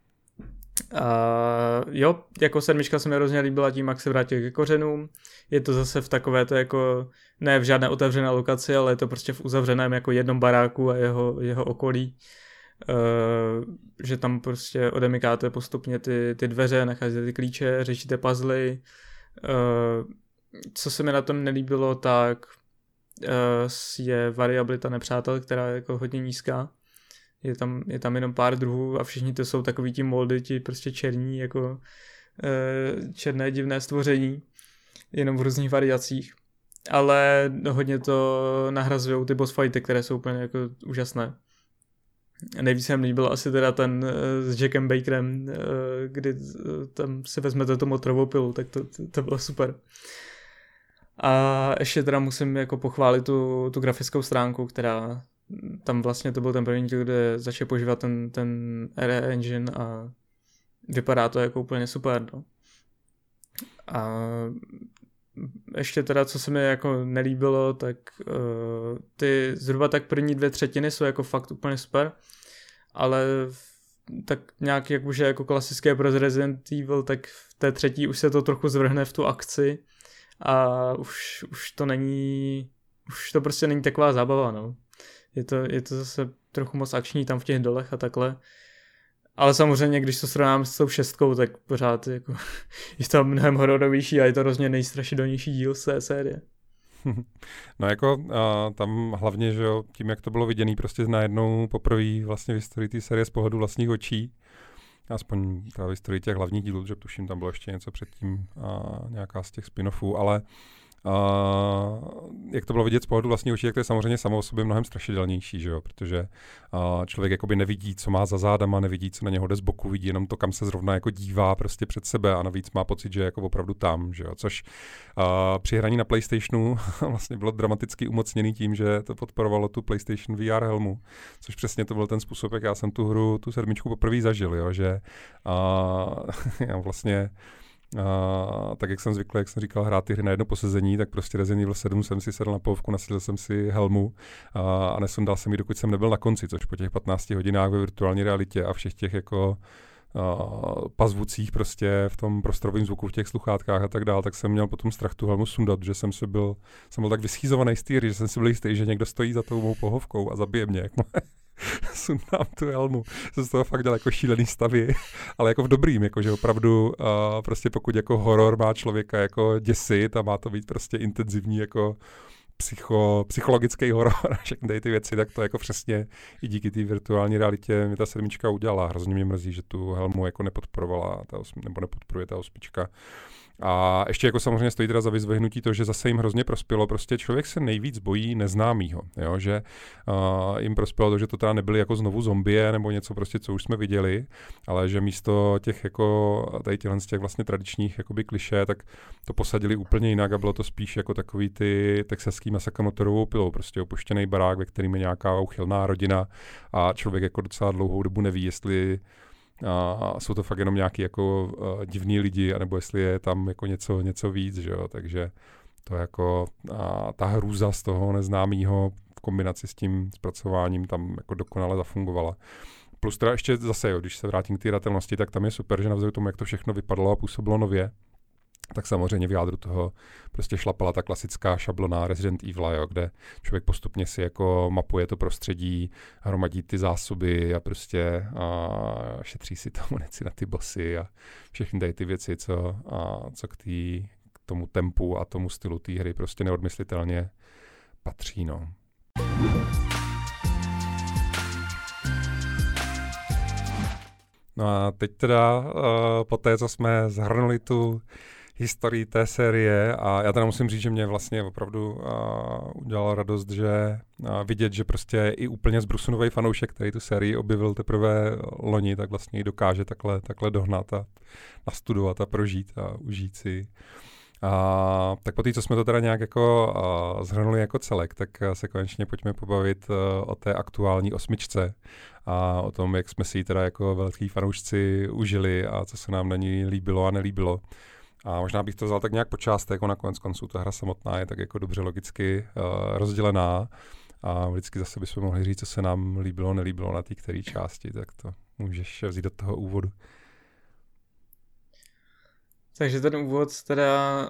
A jo, jako sedmička se mi hrozně líbila tím, jak se vrátil ke kořenům. Je to zase v takové to jako, ne v žádné otevřené lokaci, ale je to prostě v uzavřeném jako jednom baráku a jeho, jeho okolí. Uh, že tam prostě odemykáte postupně ty, ty dveře, nacházíte ty klíče, řešíte puzzly. Uh, co se mi na tom nelíbilo, tak uh, je variabilita nepřátel, která je jako hodně nízká. Je tam, je tam jenom pár druhů a všichni to jsou takový ti moldy, ti prostě černí, jako uh, černé divné stvoření, jenom v různých variacích. Ale hodně to nahrazují ty boss fighty, které jsou úplně jako úžasné. Nejvíc se mi líbil asi teda ten uh, s Jackem Bakerem, uh, kdy uh, tam si vezmete tu motrovou pilu, tak to, to, to bylo super. A ještě teda musím jako pochválit tu, tu grafickou stránku, která tam vlastně to byl ten první díl, kde začal používat ten, ten R E engine a vypadá to jako úplně super. No. A ještě teda, co se mi jako nelíbilo, tak uh, ty zhruba tak první dvě třetiny jsou jako fakt úplně super, ale tak nějak jak už je jako klasické pro Resident Evil, tak v té třetí už se to trochu zvrhne v tu akci a už, už to není, už to prostě není taková zábava, no. Je to, je to zase trochu moc akční tam v těch dolech a takhle. Ale samozřejmě, když to srovnám s tou šestkou, tak pořád jako, je to mnohem hororovější a je to rozhodně nejstrašidelnější díl z té série.
No jako uh, tam hlavně, že jo, tím, jak to bylo viděný prostě najednou poprvé vlastně v historii té série z pohledu vlastních očí, aspoň teda v historii těch hlavních dílů, že tuším, tam bylo ještě něco předtím, a nějaká z těch spin-offů, ale Uh, jak to bylo vidět z pohledu vlastní očí, tak to je samozřejmě samo o sobě mnohem strašidelnější, že jo? Protože uh, člověk jakoby nevidí, co má za zádama, nevidí, co na něho jde z boku, vidí jenom to, kam se zrovna jako dívá prostě před sebe a navíc má pocit, že je jako opravdu tam, že jo? Což uh, při hraní na PlayStationu vlastně bylo dramaticky umocněný tím, že to podporovalo tu PlayStation V R helmu, což přesně to byl ten způsob, jak já jsem tu hru, tu sedmičku poprvé zažil, jo? Že uh, já vlastně Uh, tak jak jsem zvyklý, jak jsem říkal, hrát ty hry na jedno posezení, tak prostě Resident Evil sedm jsem si sedl na pohovku, nasadil jsem si helmu uh, a nesundal jsem ji, dokud jsem nebyl na konci, což po těch patnácti hodinách ve virtuální realitě a všech těch jako uh, pazvucích prostě v tom prostorovém zvuku, v těch sluchátkách a tak dál, tak jsem měl potom strach tu helmu sundat, že jsem si byl, jsem byl tak vyschýzovaný z té hry, že jsem si byl jistý, že někdo stojí za tou mou pohovkou a zabije mě, jak sundám tu helmu. Jsem z toho fakt dělal jako šílený stavy, ale jako v dobrým, jako že opravdu uh, prostě pokud jako horor má člověka jako děsit a má to být prostě intenzivní jako psycho, psychologický horor a všechny tady ty věci, tak to jako přesně i díky té virtuální realitě mi ta sedmička udělala. Hrozně mě mrzí, že tu helmu jako nepodporovala, ta osm, nebo nepodporuje ta osmička. A ještě jako samozřejmě stojí teda za vyzvihnutí to, že zase jim hrozně prospělo. Prostě člověk se nejvíc bojí neznámýho, jo? Že uh, jim prospělo to, že to teda nebyly jako znovu zombie nebo něco prostě, co už jsme viděli, ale že místo těch jako tady těchhle z těch vlastně tradičních jakoby klišé, tak to posadili úplně jinak a bylo to spíš jako takový ty texaský masakr motorovou pilou, prostě opuštěný barák, ve kterým je nějaká uchylná rodina a člověk jako docela dlouhou dobu neví, jestli a jsou to fakt jenom nějaký jako uh, divní lidi, anebo jestli je tam jako něco, něco víc, že jo, takže to jako a ta hrůza z toho neznámého v kombinaci s tím zpracováním tam jako dokonale zafungovala. Plus teda ještě zase, jo, když se vrátím k té hratelnosti, tak tam je super, že navzdory tomu, jak to všechno vypadalo a působilo nově, tak samozřejmě v jádru toho prostě šlapala ta klasická šablona Resident Evil, jo, kde člověk postupně si jako mapuje to prostředí, hromadí ty zásoby a prostě a šetří si to munici na ty bossy a všechny tady ty věci, co, a co k, tý, k tomu tempu a tomu stylu té hry prostě neodmyslitelně patří. No. No a teď teda uh, po té, co jsme zhrnuli tu historii té série a já teda musím říct, že mě vlastně opravdu uh, udělalo radost, že uh, vidět, že prostě i úplně zbrusunový fanoušek, který tu sérii objevil teprve loni, tak vlastně ji dokáže takhle, takhle dohnat a nastudovat a prožít a užít si. A tak po té, co jsme to teda nějak jako uh, zhrnuli jako celek, tak uh, se konečně pojďme pobavit uh, o té aktuální osmičce a o tom, jak jsme si ji teda jako velký fanoušci užili a co se nám na ní líbilo a nelíbilo. A možná bych to vzal tak nějak po částech, jako na konec konců ta hra samotná je tak jako dobře logicky uh, rozdělená a vždycky zase bychom mohli říct, co se nám líbilo, nelíbilo na té které části, tak to můžeš vzít do toho úvodu.
Takže ten úvod teda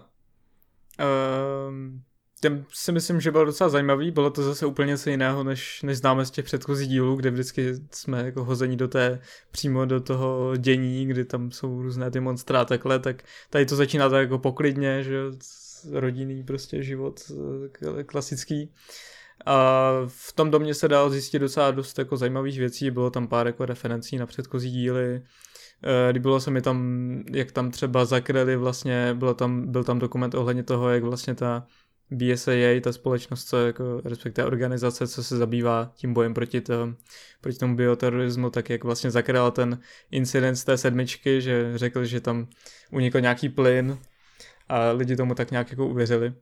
um, ten si myslím, že byl docela zajímavý, bylo to zase úplně něco jiného, než, než známe z těch předchozích dílů, kde vždycky jsme jako hození do té, přímo do toho dění, kdy tam jsou různé ty monstra a takhle, tak tady to začíná tak jako poklidně, že rodinný prostě život klasický. A v tom domě se dalo zjistit docela dost jako zajímavých věcí, bylo tam pár jako referencí na předchozí díly. Líbilo se mi tam, jak tam třeba zakryli vlastně, bylo tam, byl tam dokument ohledně toho, jak vlastně ta B S A A, ta společnost, co jako, respektive organizace, co se zabývá tím bojem proti, to, proti tomu bioterorismu, tak jak vlastně zakryla ten incident z té sedmičky, že řekl, že tam unikl nějaký plyn a lidi tomu tak nějak jako uvěřili.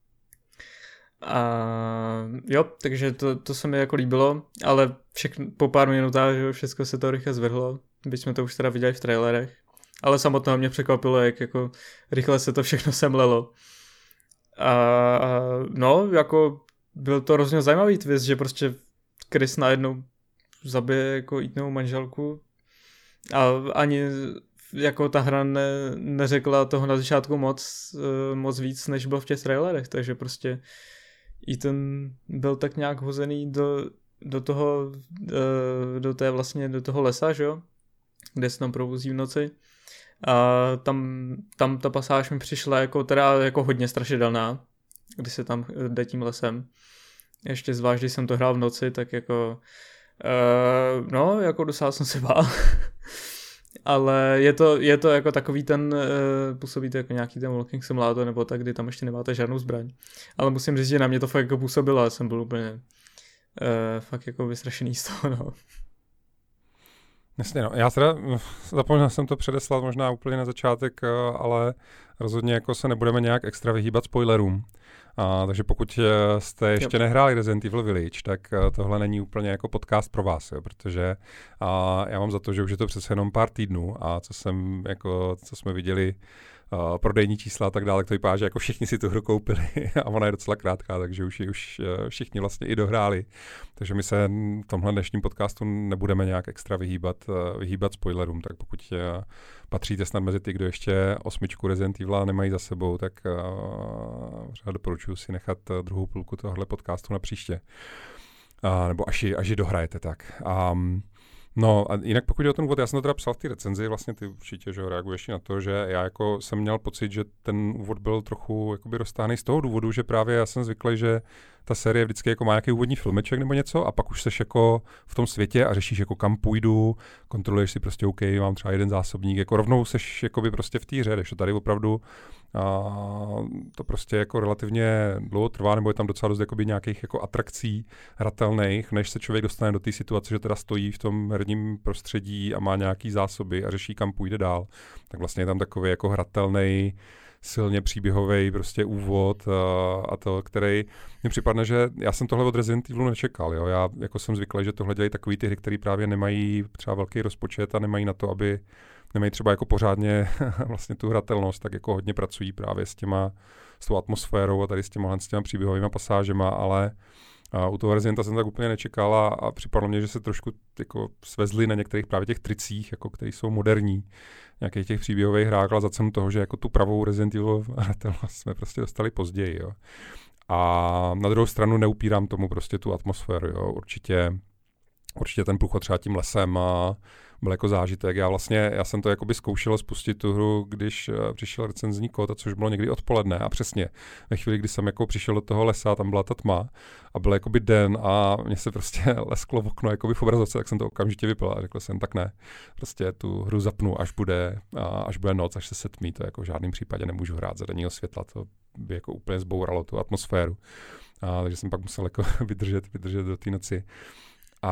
A jo, takže to, to se mi jako líbilo, ale všechno, po pár minutách, že všechno se to rychle zvrhlo, byť jsme to už teda viděli v trailerech, ale samotného mě překvapilo, jak jako rychle se to všechno semlelo. A no, jako byl to hrozně zajímavý twist, že prostě Chris najednou zabije jako Ethanovou manželku a ani jako ta hra ne, neřekla toho na začátku moc, moc víc, než bylo v těch trailerech, takže prostě Ethan byl tak nějak hozený do, do toho, do té vlastně, do toho lesa, že jo, kde se tam provozí v noci. A tam, tam ta pasáž mi přišla jako teda jako hodně strašidelná, když se tam jde tím lesem. Ještě zvlášť, když jsem to hrál v noci, tak jako uh, no, jako docela jsem se bál. ale je to, je to jako takový ten, uh, působí to jako nějaký ten walking simulator nebo tak, kdy tam ještě nemáte žádnou zbraň. Ale musím říct, že na mě to fakt jako působilo, já jsem byl úplně uh, fakt jako vystrašený z toho, no.
Jasně, no. Já teda zapomněl jsem to předeslat možná úplně na začátek, ale rozhodně jako se nebudeme nějak extra vyhýbat spoilerům. A, takže pokud jste ještě jo. nehráli Resident Evil Village, tak tohle není úplně jako podcast pro vás, jo, protože a, já mám za to, že už je to přece jenom pár týdnů a co jsem jako, co jsme viděli Uh, prodejní čísla a tak dále, to vypadá, že jako všichni si tu hru koupili a ona je docela krátká, takže už ji už uh, všichni vlastně i dohráli. Takže my se v tomhle dnešním podcastu nebudeme nějak extra vyhýbat, uh, vyhýbat spoilerům, tak pokud uh, patříte snad mezi ty, kdo ještě osmičku Resident Evil nemají za sebou, tak uh, doporučuji si nechat uh, druhou půlku tohohle podcastu na příště. Uh, nebo až ji, až ji dohrajete, tak. Um, No a jinak pokud je o ten úvod, já jsem to teda psal v té recenzi, vlastně ty určitě, že reaguješ na to, že já jako jsem měl pocit, že ten úvod byl trochu jakoby roztáhnej z toho důvodu, že právě já jsem zvyklý, že ta série vždycky jako má nějaký úvodní filmeček nebo něco a pak už seš jako v tom světě a řešíš jako kam půjdu, kontroluješ si prostě OK, mám třeba jeden zásobník, jako rovnou seš jakoby prostě v té hře, když to tady opravdu a to prostě jako relativně dlouho trvá, nebo je tam docela dost jakoby nějakých jako atrakcí hratelných, než se člověk dostane do té situace, že teda stojí v tom herním prostředí a má nějaký zásoby a řeší, kam půjde dál. Tak vlastně je tam takový jako hratelný, silně příběhový prostě úvod a, a to, který mi připadne, že já jsem tohle od Resident Evilu nečekal. Jo? Já jako jsem zvyklý, že tohle dělají takový ty hry, které právě nemají třeba velký rozpočet a nemají na to, aby nemají třeba jako pořádně vlastně tu hratelnost, tak jako hodně pracují právě s těma, s tou atmosférou a tady s těma, s těma příběhovými pasážema, ale a u toho Residenta jsem tak úplně nečekal a, a připadlo mě, že se trošku jako svezli na některých právě těch tricích, jako který jsou moderní, nějakých těch příběhových hrách, ale za cenu toho, že jako tu pravou Resident Evil hratelnost jsme prostě dostali později. Jo. A na druhou stranu neupírám tomu prostě tu atmosféru. Jo. Určitě, určitě ten průchod třeba tím lesem a byl jako zážitek. Já vlastně, já jsem to jakoby zkoušel spustit tu hru, když uh, přišel recenzní kód, což bylo někdy odpoledne a přesně ve chvíli, kdy jsem jako přišel do toho lesa, tam byla ta tma a byl jakoby den a mně se prostě lesklo v okno jakoby v obrazovce, tak jsem to okamžitě vypil a řekl jsem, tak ne, prostě tu hru zapnu, až bude, a, až bude noc, až se setmí, to jako v žádném případě nemůžu hrát za denního světla, to by jako úplně zbouralo tu atmosféru. A, takže jsem pak musel jako vydržet, vydržet do té noci. A,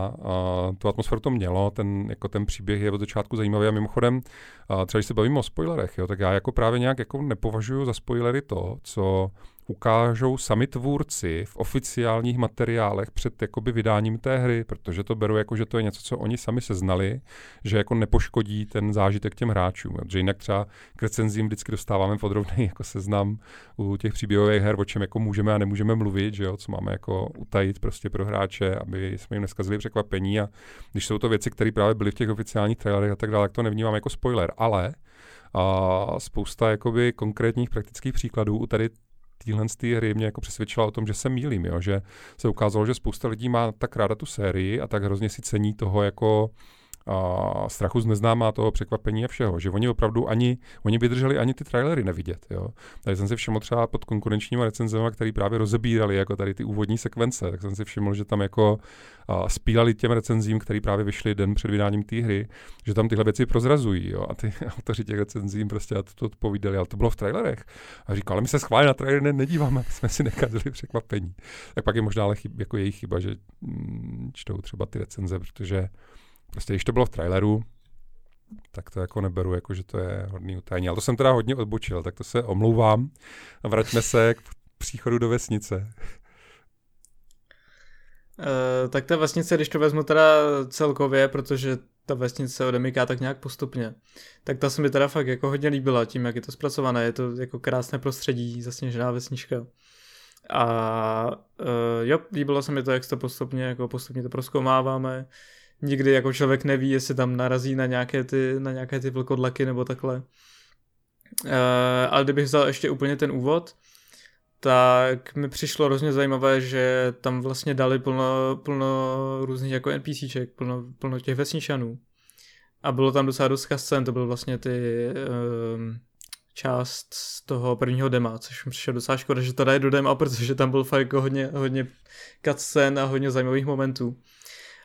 a tu atmosféru to mělo, ten, jako ten příběh je od začátku zajímavý a mimochodem, a třeba když se bavíme o spoilerech, jo, tak já jako právě nějak jako nepovažuji za spoilery to, co ukážou sami tvůrci v oficiálních materiálech před jakoby vydáním té hry, protože to beru jako, že to je něco, co oni sami seznali, že jako nepoškodí ten zážitek těm hráčům. Protože jinak třeba k recenzím vždycky dostáváme podrobný jako seznam u těch příběhových her, o čem jako můžeme a nemůžeme mluvit, že jo, co máme jako utajit prostě pro hráče, aby jsme jim neskazili překvapení a když jsou to věci, které právě byly v těch oficiálních trailerech a tak dále, tak to nevnímám jako spoiler, ale a spousta jakoby konkrétních praktických příkladů u tady téhle z té hry mě jako přesvědčila o tom, že se mýlím, jo? Že se ukázalo, že spousta lidí má tak ráda tu sérii a tak hrozně si cení toho jako a strachu z neznáma, toho překvapení a všeho, že oni opravdu ani, oni vydrželi ani ty trailery nevidět, jo. Tady jsem si všiml třeba pod konkurenčníma recenzema, který právě rozebírali jako tady ty úvodní sekvence, tak jsem si všiml, že tam jako a, spílali těm recenzím, který právě vyšli den před vydáním té hry, že tam tyhle věci prozrazují, jo. A ty autoři těch recenzím prostě a to odpovídali, ale to bylo v trailerech. A říkal, ale my se schválně na trailery ne, nedíváme, jsme si nekazili překvapení. Tak pak je možná ale chyb, jako jejich chyba, že mm, čtou třeba ty recenze, protože prostě když to bylo v traileru, tak to jako neberu, jako že to je hodný utajení. Ale to jsem teda hodně odbočil, tak to se omlouvám. A vraťme se k příchodu do vesnice.
Uh, tak ta vesnice, když to vezmu teda celkově, protože ta vesnice odemyká tak nějak postupně, tak ta se mi teda fakt jako hodně líbila tím, jak je to zpracované. Je to jako krásné prostředí, zasněžená vesnička. A uh, jo, líbilo se mi to, jak to postupně, jako postupně to prozkoumáváme. Nikdy jako člověk neví, jestli tam narazí na nějaké ty, na nějaké ty vlkodlaky nebo takhle. Uh, ale kdybych vzal ještě úplně ten úvod, tak mi přišlo hrozně zajímavé, že tam vlastně dali plno, plno různých jako NPCček, plno, plno těch vesničanů. A bylo tam docela dost scén, to byl vlastně ty um, část z toho prvního dema, což mi přišlo docela škoda, že to dají do dema, protože tam byl fakt jako hodně, hodně cutscén a hodně zajímavých momentů.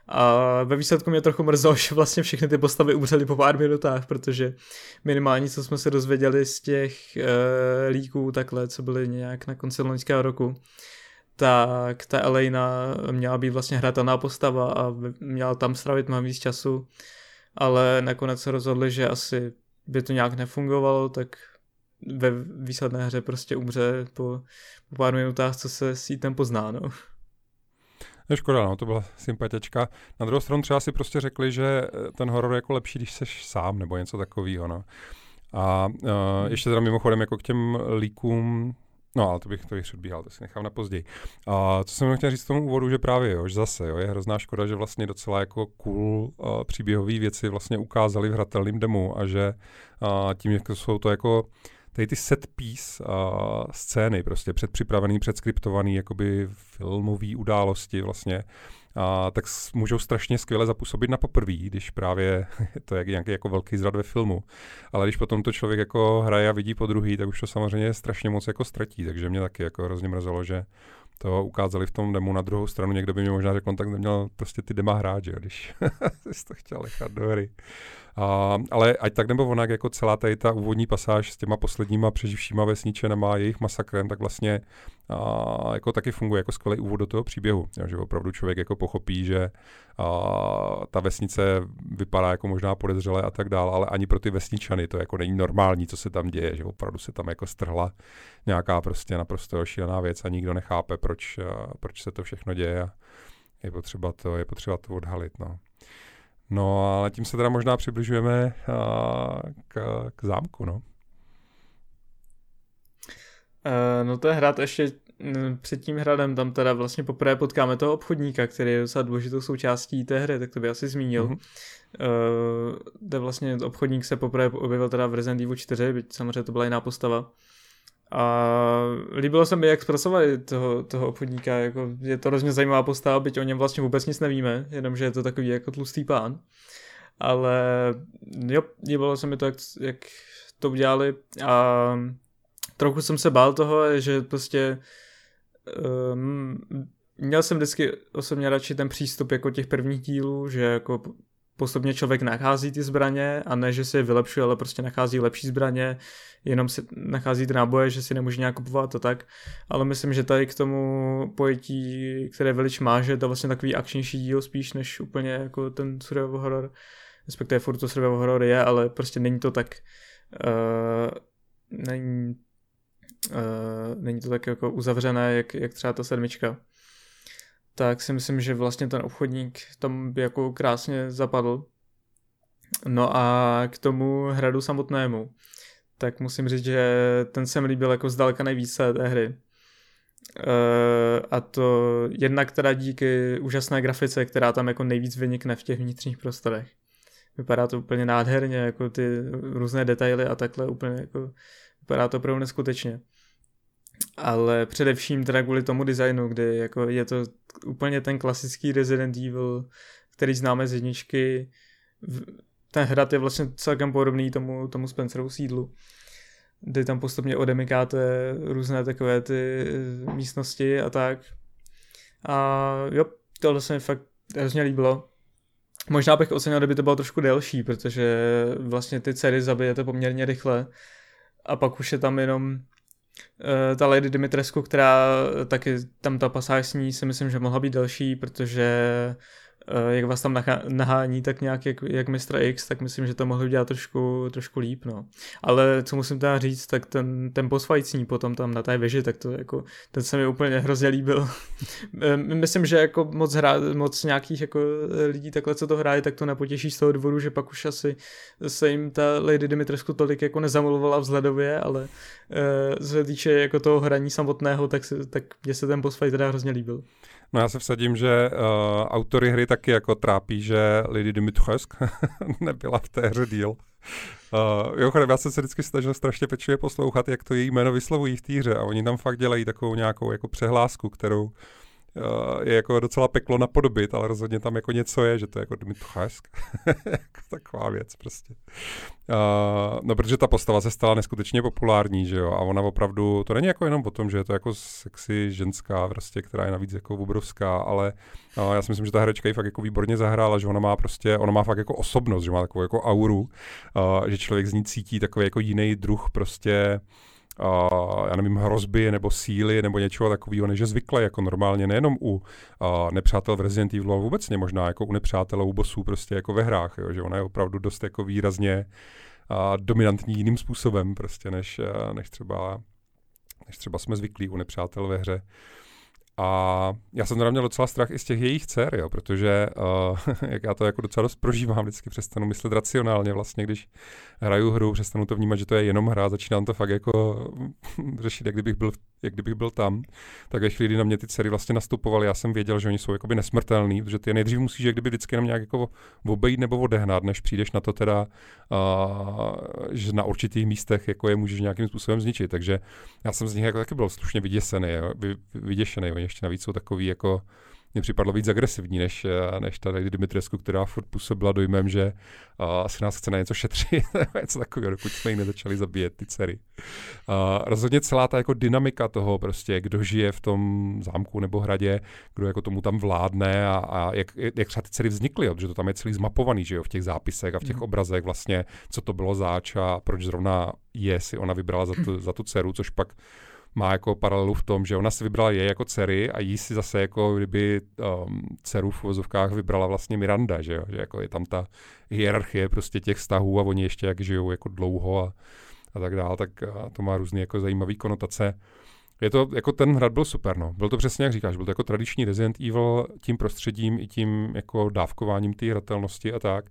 A ve výsledku mě trochu mrzelo, že vlastně všechny ty postavy umřely po pár minutách, protože minimálně, co jsme se dozvěděli z těch uh, líků takhle, co byly nějak na konci loňského roku, tak ta Elena měla být vlastně hratelná postava a měla tam strávit mnohem víc času, ale nakonec se rozhodli, že asi by to nějak nefungovalo, tak ve výsledné hře prostě umře po, po pár minutách, co se sítem pozná, no.
Je škoda, no, to byla sympatička. Na druhou stranu třeba si prostě řekli, že ten horor je jako lepší, když seš sám, nebo něco takového, no. A uh, ještě teda mimochodem jako k těm líkům, no ale to bych to bych předbíhal, to si nechám na později. A co jsem chtěl říct k tomu úvodu, že právě jo, že zase jo, je hrozná škoda, že vlastně docela jako cool uh, příběhové věci vlastně ukázali v hratelném demu a že uh, tím, jak jsou to jako tady ty set piece uh, scény, prostě předpřipravený, předskriptovaný, jakoby filmový události vlastně, uh, tak s, můžou strašně skvěle zapůsobit na poprvé, když právě to je nějaký jako velký zrad ve filmu. Ale když potom to člověk jako hraje a vidí po druhý, tak už to samozřejmě strašně moc jako ztratí, takže mě taky jako hrozně mrzelo, že to ukázali v tom demu. Na druhou stranu někdo by mi možná řekl, tak neměl prostě ty dema hrát, že, když jsi to chtěl nechat do hry. Uh, ale ať tak nebo onak, jako celá tady ta úvodní pasáž s těma posledníma přeživšíma vesničenama a jejich masakrem, tak vlastně uh, jako taky funguje jako skvělý úvod do toho příběhu. Jo, že opravdu člověk jako pochopí, že uh, ta vesnice vypadá jako možná podezřele a tak dále, ale ani pro ty vesničany to jako není normální, co se tam děje, že opravdu se tam jako strhla nějaká prostě naprosto šílená věc a nikdo nechápe, proč, uh, proč se to všechno děje a je potřeba to, je potřeba to odhalit, no. No, ale tím se teda možná přibližujeme k, k zámku, no.
Uh, no to je hrad ještě před tím hradem, tam teda vlastně poprvé potkáme toho obchodníka, který je docela důležitou součástí té hry, tak to by asi zmínil. Mm-hmm. Uh, kde vlastně obchodník se poprvé objevil teda v Resident Evil čtyři, byť samozřejmě to byla jiná postava. A líbilo se mi, jak zpracovali toho, toho obchodníka, jako je to hrozně zajímavá postava, byť o něm vlastně vůbec nic nevíme, jenomže je to takový jako tlustý pán. Ale jo, líbilo se mi to, jak, jak to udělali a trochu jsem se bál toho, že prostě um, měl jsem vždycky osobně radši ten přístup jako těch prvních dílů, že jako postupně člověk nachází ty zbraně a ne, že si je vylepšuje, ale prostě nachází lepší zbraně, jenom si nachází ty náboje, že si nemůže nějak kupovat a tak. Ale myslím, že tady k tomu pojetí, které Village má, že je to vlastně takový akčnější díl spíš, než úplně jako ten survival horror. Respektive furt to survival horror je, ale prostě není to tak uh, není, uh, není to tak jako uzavřené, jak, jak třeba ta sedmička. Tak si myslím, že vlastně ten obchodník tam by jako krásně zapadl. No a k tomu hradu samotnému, tak musím říct, že ten se mi líbil jako zdaleka nejvíc té hry. E, a to jednak teda díky úžasné grafice, která tam jako nejvíc vynikne v těch vnitřních prostorech. Vypadá to úplně nádherně, jako ty různé detaily a takhle úplně jako vypadá to opravdu neskutečně. Ale především teda kvůli tomu designu, kdy jako je to úplně ten klasický Resident Evil, který známe z jedničky. Ten hrad je vlastně celkem podobný tomu, tomu Spencerovu sídlu, kdy tam postupně odemykáte různé takové ty místnosti a tak. A jo, tohle se mi fakt hrozně líbilo. Možná bych ocenil, kdyby to bylo trošku delší, protože vlastně ty dcery zabijete poměrně rychle a pak už je tam jenom Uh, ta Lady Dimitrescu, která taky tam ta pasáž s ní si myslím, že mohla být delší, protože uh, jak vás tam nachá, nahání tak nějak jak, jak mistr X, tak myslím, že to mohli udělat trošku, trošku líp, no. Ale co musím teda říct, tak ten, ten boss fight s ní potom tam na té věži, tak to jako, ten se mi úplně hrozně líbil. Myslím, že jako moc, hra, moc nějakých jako lidí takhle, co to hraje, tak to nepotěší z toho důvodu, že pak už asi se jim ta Lady Dimitrescu tolik jako nezamluvovala vzhledově, ale uh, co se týče jako toho hraní samotného, tak, se, tak mě se ten boss fight teda hrozně líbil.
No já se vsadím, že uh, autory hry taky jako trápí, že Lady Dimitrescu nebyla v té hře díl. Uh, jo, já jsem se vždycky snažil strašně pečlivě poslouchat, jak to její jméno vyslovují v té hře a oni tam fakt dělají takovou nějakou jako přehlásku, kterou je jako docela peklo napodobit, ale rozhodně tam jako něco je, že to je jako Dimitrescu. Taková věc prostě. Uh, no, protože ta postava se stala neskutečně populární, že jo, a ona opravdu, to není jako jenom o tom, že je to jako sexy ženská prostě, která je navíc jako obrovská, ale uh, já si myslím, že ta herečka ji fakt jako výborně zahrála, že ona má prostě, ona má fakt jako osobnost, že má takovou jako auru, uh, že člověk z ní cítí takový jako jiný druh prostě, Uh, já nevím, hrozby nebo síly nebo něčeho takového, než je zvyklé jako normálně, nejenom u uh, nepřátel v Resident Evil, ale vůbec možná jako u nepřátel, u bossů prostě jako ve hrách, jo, že ona je opravdu dost jako výrazně uh, dominantní jiným způsobem prostě, než, uh, než, třeba, než třeba jsme zvyklí u nepřátel ve hře. A já jsem teda měl docela strach i z těch jejich dcer, jo, protože uh, jak já to jako docela dost prožívám, vždycky přestanu myslet racionálně vlastně, když hraju hru, přestanu to vnímat, že to je jenom hra, začínám to fakt jako řešit, jak kdybych byl, jak kdybych byl tam. Tak ve chvíli, kdy na mě ty dcery vlastně nastupovaly, já jsem věděl, že oni jsou jakoby nesmrtelný, protože ty nejdřív musíš jak kdyby vždycky jenom nějak jako obejít nebo odehnat, než přijdeš na to teda, uh, že na určitých místech jako je můžeš nějakým způsobem zničit. Takže já jsem z nich jako taky byl slušně vyděsený, jo, vy, vyděšený. Oni ještě navíc jsou takový jako, mně připadlo víc agresivní, než, než tady Dimitrescu, která furt působila dojmem, že uh, asi nás chce na něco šetřit, něco takového, dokud jsme ji nezačali zabíjet, ty dcery. Uh, rozhodně celá ta jako dynamika toho prostě, kdo žije v tom zámku nebo hradě, kdo jako tomu tam vládne a, a jak, jak třeba ty dcery vznikly, protože to tam je celý zmapovaný, že jo, v těch zápisech a v těch mm. obrazech vlastně, co to bylo zač a proč zrovna je si ona vybrala za tu, za tu dceru, což pak má jako paralelu v tom, že ona si vybrala je jako dcery a jí si zase jako kdyby um, dceru v uvozovkách vybrala vlastně Miranda, že jo, že jako je tam ta hierarchie prostě těch vztahů a oni ještě jak žijou jako dlouho a, a tak dál, tak a to má různý jako zajímavý konotace. Je to, jako ten hrad byl super, no. Byl to přesně jak říkáš, byl to jako tradiční Resident Evil tím prostředím i tím jako dávkováním té hratelnosti a tak.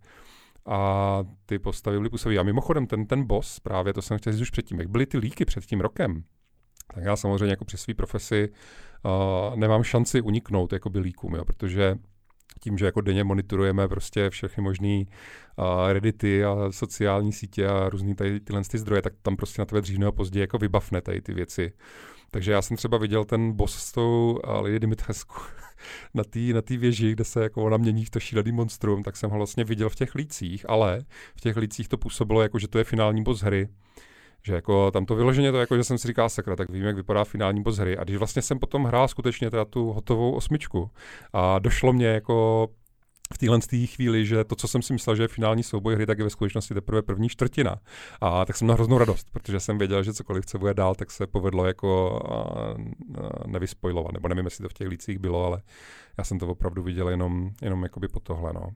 A ty postavy byly působí. A mimochodem ten, ten boss, právě to jsem chtěl říct už předtím, jak byly ty líky před tím rokem, tak já samozřejmě jako při své profesi uh, nemám šanci uniknout jakoby líkům, jo, protože tím, že jako denně monitorujeme prostě všechny možný uh, reddity a sociální sítě a různý tady tyhle ty zdroje, tak tam prostě na tebe dřív nebo později jako vybavne tady ty věci. Takže já jsem třeba viděl ten boss s tou uh, Lady Dimitrescu na té na té věži, kde se jako ona mění v to šílený monstrum, tak jsem ho vlastně viděl v těch lících, ale v těch lících to působilo jako, že to je finální boss hry. Že jako tam to vyloženě to jako, že jsem si říkal sakra, tak vím, jak vypadá finální boss hry. A když vlastně jsem potom hrál skutečně teda tu hotovou osmičku a došlo mě jako v téhle chvíli, že to, co jsem si myslel, že je finální souboj hry, tak je ve skutečnosti teprve první čtvrtina. A tak jsem měl hroznou radost, protože jsem věděl, že cokoliv se bude dál, tak se povedlo jako nevyspoilovat. Nebo nevím, jestli to v těch lících bylo, ale já jsem to opravdu viděl jenom, jenom jakoby po tohle, no.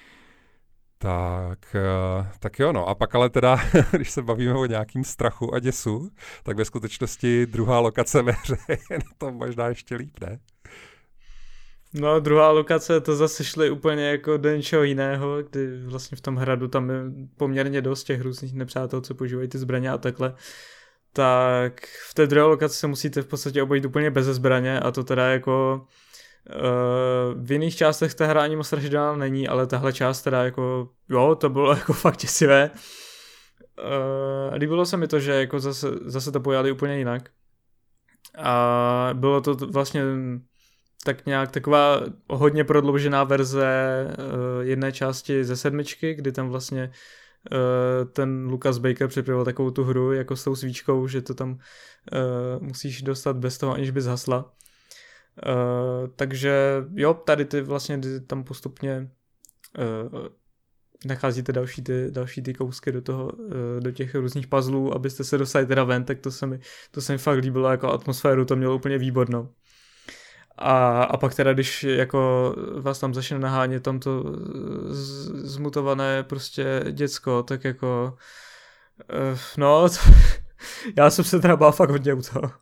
Tak, tak jo, no. A pak ale teda, když se bavíme o nějakým strachu a děsu, tak ve skutečnosti druhá lokace ve hře je na tom možná ještě líp, ne?
No, druhá lokace, to zase šly úplně jako do něčeho jiného, kdy vlastně v tom hradu tam je poměrně dost těch různých nepřátel, co používají ty zbraně a takhle. Tak v té druhé lokaci se musíte v podstatě obejít úplně bez zbraně a to teda jako... Uh, v jiných částech ta hra ani moc strašidelná není, ale tahle část teda jako, jo, to bylo jako fakt děsivé. Uh, líbilo se mi to, že jako zase, zase to pojali úplně jinak. A bylo to vlastně tak nějak taková hodně prodloužená verze uh, jedné části ze sedmičky, kdy tam vlastně uh, ten Lucas Baker připravil takovou tu hru jako s tou svíčkou, že to tam uh, musíš dostat bez toho, aniž by zhasla. Uh, takže jo, tady ty vlastně tam postupně uh, nacházíte další ty, další ty kousky do toho, uh, do těch různých puzzlů, abyste se dostali teda ven, tak to se mi, to se mi fakt líbilo, jako atmosféru to mělo úplně výbornou. A, a pak teda, když jako vás tam začne nahánět tamto z, zmutované prostě děcko, tak jako uh, no, to, já jsem se teda bál fakt hodně u toho.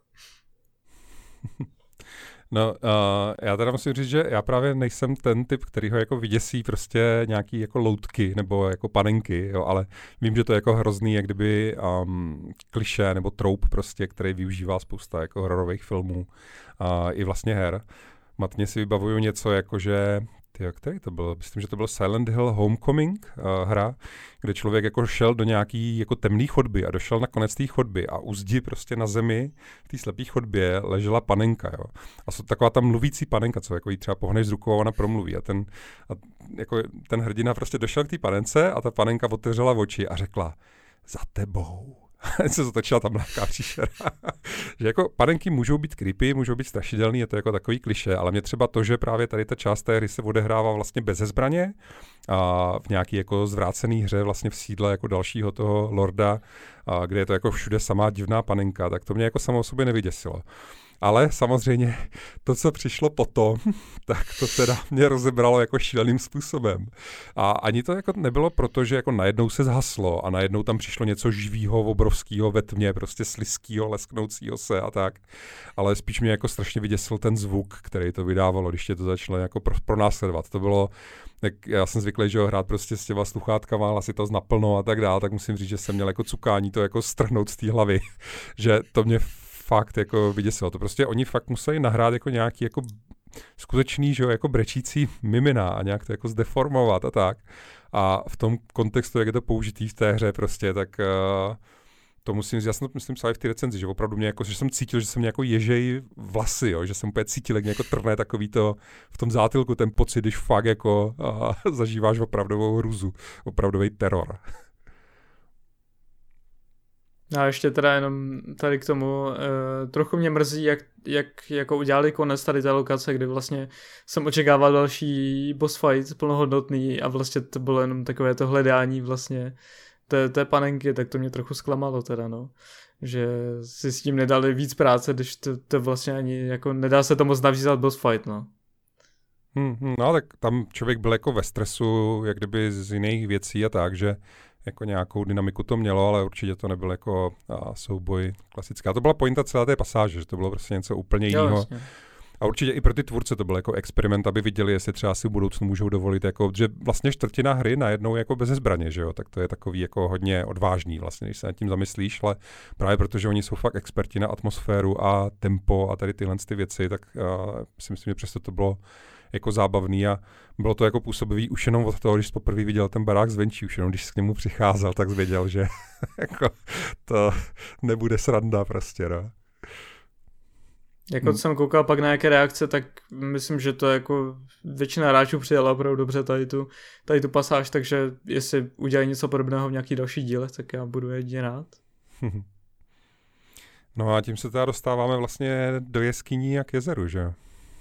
No, uh, já teda musím říct, že já právě nejsem ten typ, který ho jako vyděsí prostě nějaký jako loutky nebo jako panenky, jo, ale vím, že to je jako hrozný, jak kdyby um, klišé nebo troub prostě, který využívá spousta jako hororových filmů a uh, i vlastně her. Matně si vybavuju něco jako, že tyjo, který to byl? Myslím, že to byl Silent Hill Homecoming uh, hra, kde člověk jako šel do nějaký jako temné chodby a došel na konec té chodby a u zdi prostě na zemi v té slepé chodbě ležela panenka, jo. A jsou taková ta mluvící panenka, co jako jí třeba pohneš z rukou a ona promluví. A ten, a jako ten hrdina prostě došel k té panence a ta panenka otevřela oči a řekla za tebou. se zatočila tam nějaká příšera. Že jako panenky můžou být creepy, můžou být strašidelný, je to jako takový klišé, ale mě třeba to, že právě tady ta část té hry se odehrává vlastně beze zbraně a v nějaký jako zvrácený hře vlastně v sídle jako dalšího toho lorda, a kde je to jako všude samá divná panenka, tak to mě jako samo o sobě nevyděsilo. Ale samozřejmě to, co přišlo potom, tak to teda mě rozebralo jako šíleným způsobem. A ani to jako nebylo proto, že jako najednou se zhaslo a najednou tam přišlo něco živýho, obrovského ve tmě, prostě slizkýho, lesknoucího se a tak. Ale spíš mě jako strašně vyděsil ten zvuk, který to vydávalo, když tě to začalo jako pronásledovat. To bylo, jak já jsem zvyklý, že ho hrát prostě s těma sluchátkama, asi to naplno a tak dále, tak musím říct, že jsem měl jako cukání to jako strhnout z té hlavy, že to mě fakt jako vyděsilo. To prostě oni fakt museli nahrát jako nějaký jako skutečný, že jo, jako brečící mimina a nějak to jako zdeformovat a tak. A v tom kontextu, jak je to použitý v té hře prostě, tak uh, to musím říct, já jsem to myslím psal i v té recenzi, že opravdu mě jako, že jsem cítil, že jsem mě jako ježej vlasy, jo, že jsem úplně cítil, jak mě jako trne takový to v tom zátylku, ten pocit, když fakt jako uh, zažíváš opravdovou hruzu, opravdový teror.
A ještě teda jenom tady k tomu, eh, trochu mě mrzí, jak, jak jako udělali konec tady té lokace, kdy vlastně jsem očekával další boss fight plnohodnotný a vlastně to bylo jenom takové to hledání vlastně té, té panenky, tak to mě trochu zklamalo teda, no. Že si s tím nedali víc práce, když to, to vlastně ani jako nedá se to moc navřízat boss fight, no.
Hmm, hmm, no tak tam člověk byl jako ve stresu, jak kdyby z jiných věcí a tak, že jako nějakou dynamiku to mělo, ale určitě to nebyl jako a, souboj klasická. To byla pointa celé té pasáže, že to bylo prostě něco úplně jiného. A určitě i pro ty tvůrce to byl jako experiment, aby viděli, jestli třeba si v budoucnu můžou dovolit, jako, že vlastně čtvrtina hry najednou jako bez zbraně, že jo, tak to je takový jako hodně odvážný vlastně, když se nad tím zamyslíš, ale právě protože oni jsou fakt experti na atmosféru a tempo a tady tyhle ty věci, tak uh, si myslím, že přesto to bylo jako zábavný a bylo to jako působivý už jenom od toho, když jsi poprvé viděl ten barák zvenčí, už jenom když jsi k němu přicházel, tak jsi věděl, že jako to nebude sranda prostě, no.
Jako hmm. jsem koukal pak na nějaké reakce, tak myslím, že to jako většina hráčů přijala opravdu dobře tady tu, tady tu pasáž, takže jestli udělají něco podobného v nějakých dalších dílech, tak já budu jedině rád.
No a tím se teda dostáváme vlastně do jeskyní a k jezeru, že?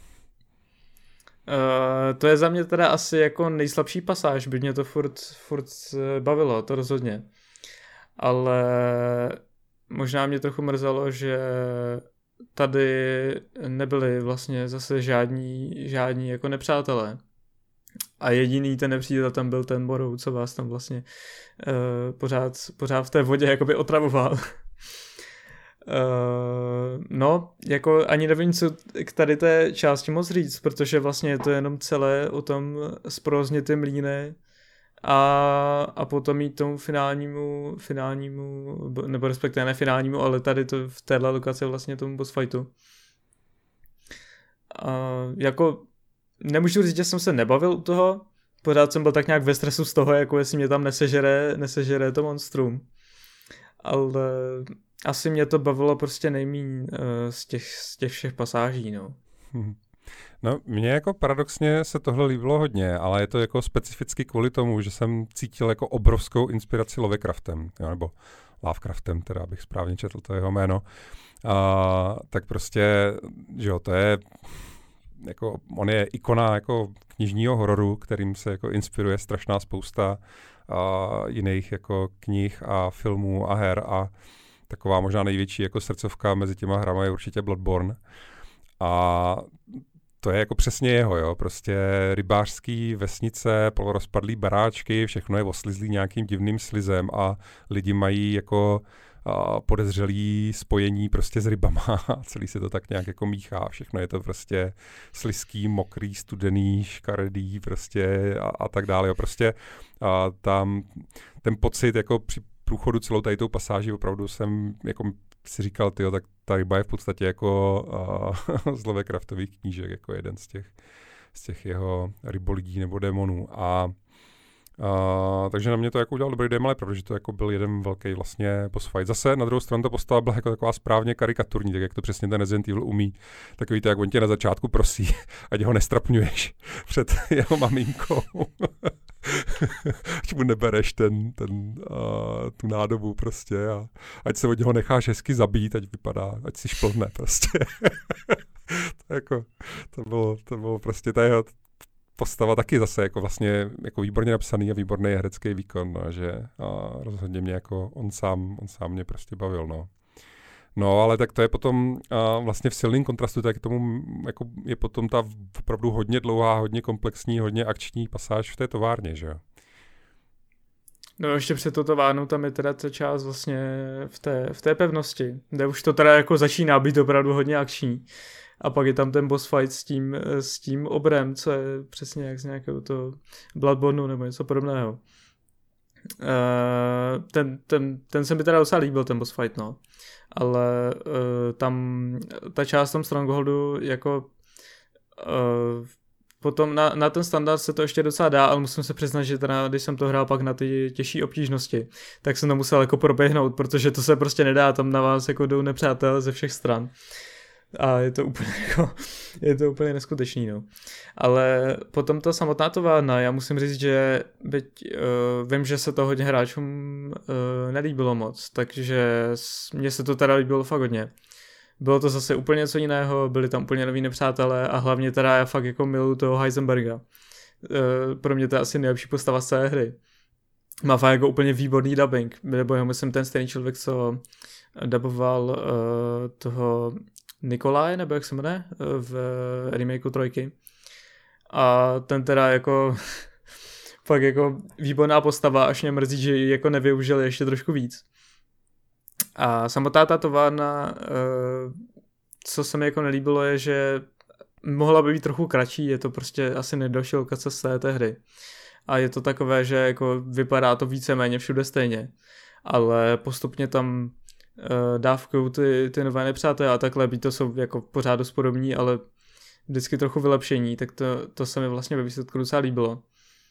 Uh, to je za mě teda asi jako nejslabší pasáž, by mě to furt, furt bavilo, to rozhodně. Ale možná mě trochu mrzelo, že tady nebyli vlastně zase žádní, žádní jako nepřátelé. A jediný ten nepřítel tam byl ten Morrow, co vás tam vlastně uh, pořád, pořád v té vodě jakoby otravoval. Uh, no, jako ani nevím, co k tady té části moc říct, protože vlastně je to jenom celé o tom zproznit mlýny a, a potom mít tomu finálnímu, finálnímu, nebo respektive ne finálnímu, ale tady to v téhle lokaci vlastně tomu boss fightu. A jako nemůžu říct, že jsem se nebavil u toho, pořád jsem byl tak nějak ve stresu z toho, jako jestli mě tam nesežere, nesežere to monstrum. Ale asi mě to bavilo prostě nejmíň uh, z, těch, z těch všech pasáží, no.
Hmm. No, mně jako paradoxně se tohle líbilo hodně, ale je to jako specificky kvůli tomu, že jsem cítil jako obrovskou inspiraci Lovecraftem, jo, nebo Lovecraftem, teda abych správně četl to jeho jméno. A, tak prostě, že jo, to je jako, on je ikona jako knižního hororu, kterým se jako inspiruje strašná spousta a, jiných jako knih a filmů a her a taková možná největší jako srdcovka mezi těma hrama je určitě Bloodborne. A to je jako přesně jeho, jo, prostě rybářský vesnice, polorozpadlý baráčky, všechno je oslizlý nějakým divným slizem a lidi mají jako a, podezřelý spojení prostě s rybama a celý se to tak nějak jako míchá, všechno je to prostě slizký, mokrý, studený, škaredý prostě a, a tak dále, jo, prostě a, tam ten pocit jako při průchodu celou tady tou pasáží opravdu jsem jako si říkal, tyjo, tak ta ryba je v podstatě jako uh, z Lovecraftových knížek, jako jeden z těch z těch jeho rybolidí nebo démonů. A Uh, takže na mě to jako udělal dobrý dojem, ale pravda, že to jako byl jeden velký vlastně boss fight. Zase na druhou stranu ta postava byla jako taková správně karikaturní, tak jak to přesně ten Resident Evil umí. Takový to, jak on tě na začátku prosí, ať ho nestrapňuješ před jeho maminkou. Ať mu nebereš ten, ten, uh, tu nádobu prostě a ať se od něho necháš hezky zabít, ať vypadá, ať si šplhne prostě. to, jako, to, bylo, to bylo prostě ta jeho postava taky zase jako vlastně jako výborně napsaný a výborný herecký výkon, no, že a rozhodně mě jako on sám, on sám mě prostě bavil, no. No, ale tak to je potom a vlastně v silném kontrastu, tak tomu jako je potom ta opravdu hodně dlouhá, hodně komplexní, hodně akční pasáž v té továrně, že jo.
No ještě před to továrnou tam je teda ta část vlastně v té, v té pevnosti, kde už to teda jako začíná být opravdu hodně akční. A pak je tam ten boss fight s tím, s tím obrem, co je přesně jak z nějakého toho Bloodborne nebo něco podobného. Uh, ten, ten, ten se mi teda docela líbil, ten boss fight, no. Ale uh, tam ta část tom Strongholdu jako uh, potom na, na ten standard se to ještě docela dá, ale musím se přiznat, že teda, když jsem to hrál pak na ty těžší obtížnosti, tak jsem to musel jako proběhnout, protože to se prostě nedá, tam na vás jako jdou nepřátelé ze všech stran. A je to úplně jako, je to úplně neskutečný, no. Ale potom ta samotná továrna, já musím říct, že byť uh, vím, že se to hodně hráčům uh, nelíbilo moc, takže mně se to teda líbilo fakt hodně. Bylo to zase úplně něco jiného, byli tam úplně noví nepřátelé a hlavně teda já fakt jako miluju toho Heisenberga. Uh, pro mě to je asi nejlepší postava z celé hry. Má fakt jako úplně výborný dubbing, nebo já myslím ten stejný člověk, co duboval uh, toho Nikolaje, nebo jak se jmenuje, v remakeu trojky. A ten teda jako fakt jako výborná postava, až mě mrzí, že ji jako nevyužili ještě trošku víc. A samotná ta továrna, co se mi jako nelíbilo, je, že mohla by být trochu kratší, je to prostě asi nedošilkace z té hry. A je to takové, že jako vypadá to víceméně všude stejně. Ale postupně tam dávkují ty, ty nové nepřátelé a takhle, by to jsou jako pořád dost podobní, ale vždycky trochu vylepšení, tak to, to se mi vlastně ve výsledku docela líbilo.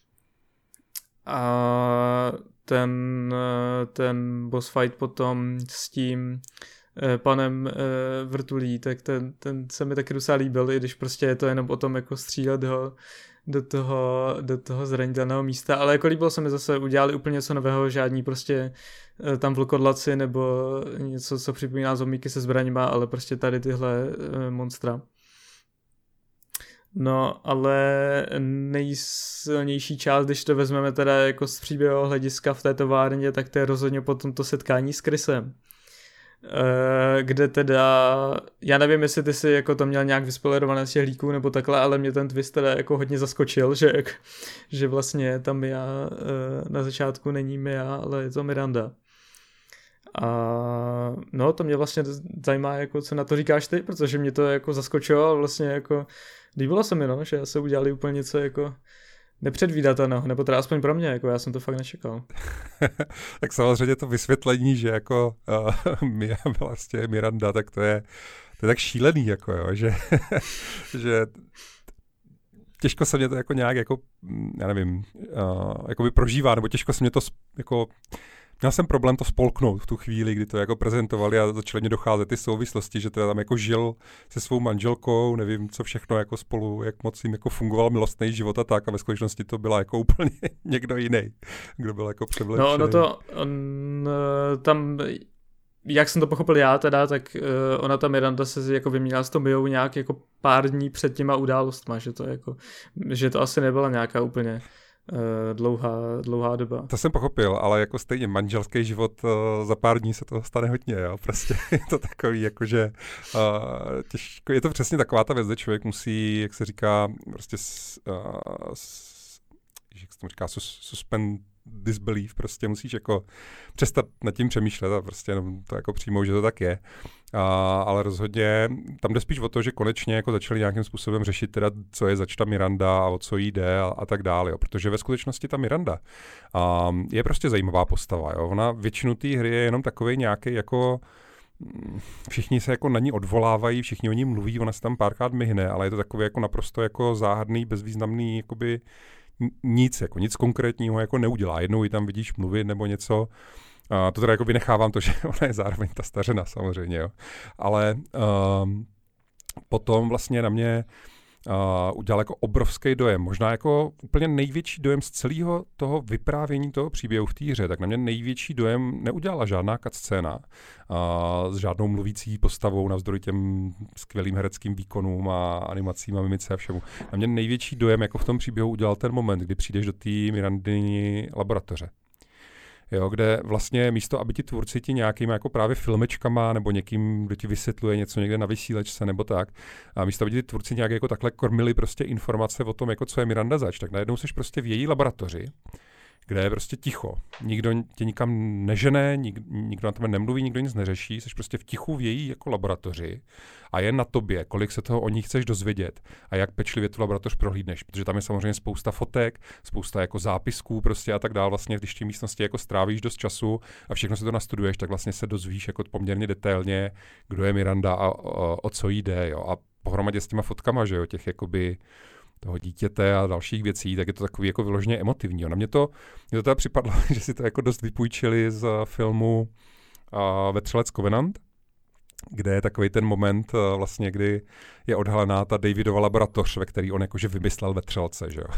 A ten, ten boss fight potom s tím panem Vrtulí, tak ten, ten se mi taky docela líbil, i když prostě je to jenom o tom jako střílet ho do toho, do toho zranitelného místa, ale jako líbilo se mi zase, udělali úplně něco nového, žádní prostě tam vlkodlaci nebo něco, co připomíná zombíky se zbraněma, ale prostě tady tyhle monstra. No, ale nejsilnější část, když to vezmeme teda jako z příběhového hlediska v té továrně, tak to je rozhodně potom to setkání s Chrisem. Kde teda, já nevím, jestli ty si jako to měl nějak vyspoilerované z těch líků nebo takhle, ale mě ten twist teda jako hodně zaskočil, že, že vlastně tam já na začátku není Mia, ale je to Miranda. A no, to mě vlastně zajímá, jako co na to říkáš ty, protože mě to jako zaskočilo a vlastně jako líbilo se mi, no, že se udělali úplně něco jako nepředvídatelného, nebo teda aspoň pro mě, jako já jsem to fakt nečekal.
Tak samozřejmě to vysvětlení, že jako uh, Mia vlastně Miranda, tak to je, to je tak šílený, jako jo, že, že těžko se mě to jako nějak, jako, já nevím, uh, jakoby prožívá, nebo těžko se mě to jako, měl jsem problém to spolknout v tu chvíli, kdy to jako prezentovali a začaly mě docházet ty souvislosti, že teda tam jako žil se svou manželkou, nevím co všechno jako spolu, jak moc jim jako fungoval milostný život a tak a ve skutečnosti to byla jako úplně někdo jiný, kdo byl jako převlečený.
No, no to, on, tam, jak jsem to pochopil já teda, tak uh, ona ta Miranda se jako vyměnila s tou Miou nějak jako pár dní před těma událostma, že to jako, že to asi nebyla nějaká úplně Uh, dlouhá, dlouhá doba.
To jsem pochopil, ale jako stejně manželský život uh, za pár dní se toho stane hodně, jo, prostě je to takový, jakože uh, těžko, je to přesně taková ta věc, že člověk musí, jak se říká, prostě s, uh, s, jak se tomu říká, sus, suspend disbelief, prostě musíš jako přestat nad tím přemýšlet a prostě jenom to jako přijmout, že to tak je. A, ale rozhodně tam jde spíš o to, že konečně jako začali nějakým způsobem řešit teda, co je zač ta Miranda a o co jí jde a, a tak dále, jo. Protože ve skutečnosti ta Miranda a, je prostě zajímavá postava, jo. Ona většinu té hry je jenom takovej nějaký jako všichni se jako na ní odvolávají, všichni o ní mluví, ona se tam párkrát myhne, ale je to takový jako naprosto jako záhadný, bezvýznamný, jakoby nic, jako nic konkrétního jako neudělá. Jednou ji tam vidíš mluvit nebo něco. A to teda jako vynechávám to, že ona je zároveň ta stařena samozřejmě, jo. Ale um, potom vlastně na mě uh, udělal jako obrovský dojem. Možná jako úplně největší dojem z celého toho vyprávění toho příběhu v té hře, tak na mě největší dojem neudělala žádná cutscéna uh, s žádnou mluvící postavou navzdory těm skvělým hereckým výkonům a animacím a mimice a všemu. Na mě největší dojem jako v tom příběhu udělal ten moment, kdy přijdeš do té Mirandiny laboratoře. Jo, kde vlastně místo, aby ti tvůrci ti nějakýma jako právě filmečkama nebo někým, kdo ti vysvětluje něco někde na vysílačce nebo tak, a místo, aby ti tvůrci nějak jako takhle kormili prostě informace o tom, jako co je Miranda zač, tak najednou seš prostě v její laboratoři, kde je prostě ticho. Nikdo tě nikam nežene, nik, nikdo na tebe nemluví, nikdo nic neřeší, jsi prostě v tichu v její jako laboratoři a je na tobě, kolik se toho o ní chceš dozvědět a jak pečlivě tu laboratoř prohlídneš, protože tam je samozřejmě spousta fotek, spousta jako zápisků prostě a tak dál. Vlastně, když v té místnosti jako strávíš dost času a všechno se to nastuduješ, tak vlastně se dozvíš jako poměrně detailně, kdo je Miranda a o, o co jde, jo. A pohromadě s těma fotkama, že jo, těch jakoby toho dítěte a dalších věcí, tak je to takový jako vyloženě emotivní. Na mě to, mě to teda připadlo, že si to jako dost vypůjčili z filmu uh, Vetřelec Covenant, kde je takový ten moment uh, vlastně, kdy je odhalená ta Davidova laboratoř, ve který on jakože vymyslel vetřelce, že jo.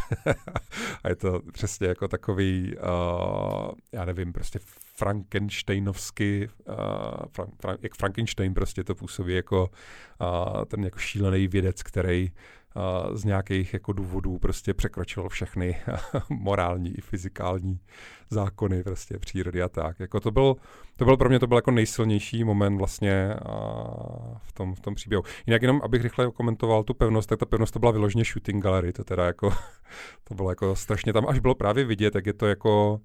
A je to přesně jako takový, uh, já nevím, prostě Frankensteinovsky, uh, Frank, Frank, jak Frankenstein prostě to působí jako uh, ten jako šílený vědec, který Uh, z nějakých jako důvodů prostě překročil všechny morální i fyzikální zákony prostě přírody a tak. Jako to byl, to byl pro mě to byl jako nejsilnější moment vlastně uh, v tom, v tom příběhu. Jinak jenom, abych rychle komentoval tu pevnost, tak ta pevnost to byla vyloženě shooting gallery, to teda jako, to bylo jako strašně tam, až bylo právě vidět, tak je to jako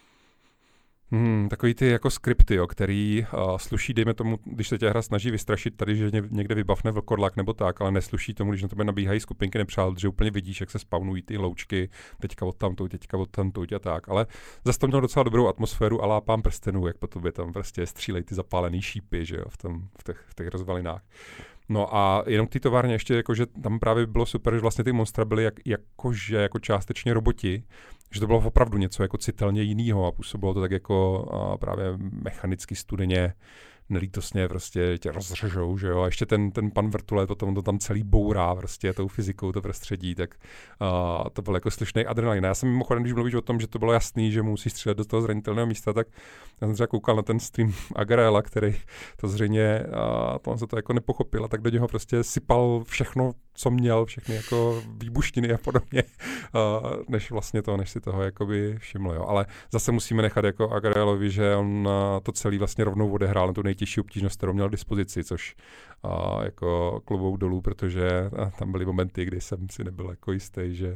Hmm, takový ty jako skripty, jo, který uh, sluší, dejme tomu, když se tě hra snaží vystrašit tady, že někde vybavne vlkodlak nebo tak, ale nesluší tomu, když na tebe nabíhají skupinky nepřál, že úplně vidíš, jak se spawnují ty loučky, teďka odtamtud, teďka odtamtud a tak. Ale zase to mělo docela dobrou atmosféru a lápám prstenů, jak po tobě tam prostě střílejí ty zapálený šípy, že jo, v, tom, v, těch, v těch rozvalinách. No a jenom ty továrně ještě, jakože tam právě bylo super, že vlastně ty monstra byly jak, jakože jako částečně roboti, že to bylo opravdu něco jako citelně jinýho a působilo to tak jako a právě mechanicky studeně, nelítostně prostě tě rozřežou, že jo, a ještě ten, ten pan Vrtule, potom to tam celý bourá prostě tou fyzikou to prostředí, tak a to byl jako slušný adrenalin. Já jsem mimochodem, když mluvíš o tom, že to bylo jasný, že musí střílet do toho zranitelného místa, tak já jsem třeba koukal na ten stream Agarela, který to zřejmě, a to on se to jako nepochopil, a tak do něho prostě sypal všechno, co měl, všechny jako výbuštiny a podobně, a než vlastně to, než si toho jakoby všiml, jo. Ale zase musíme nechat jako Agarelovi, že on to celý vlastně rovnou odehrál na tu nejtěžší obtížnost, kterou měl k dispozici, což a, jako klobouk dolů, protože a, tam byly momenty, kdy jsem si nebyl jako jistý, že,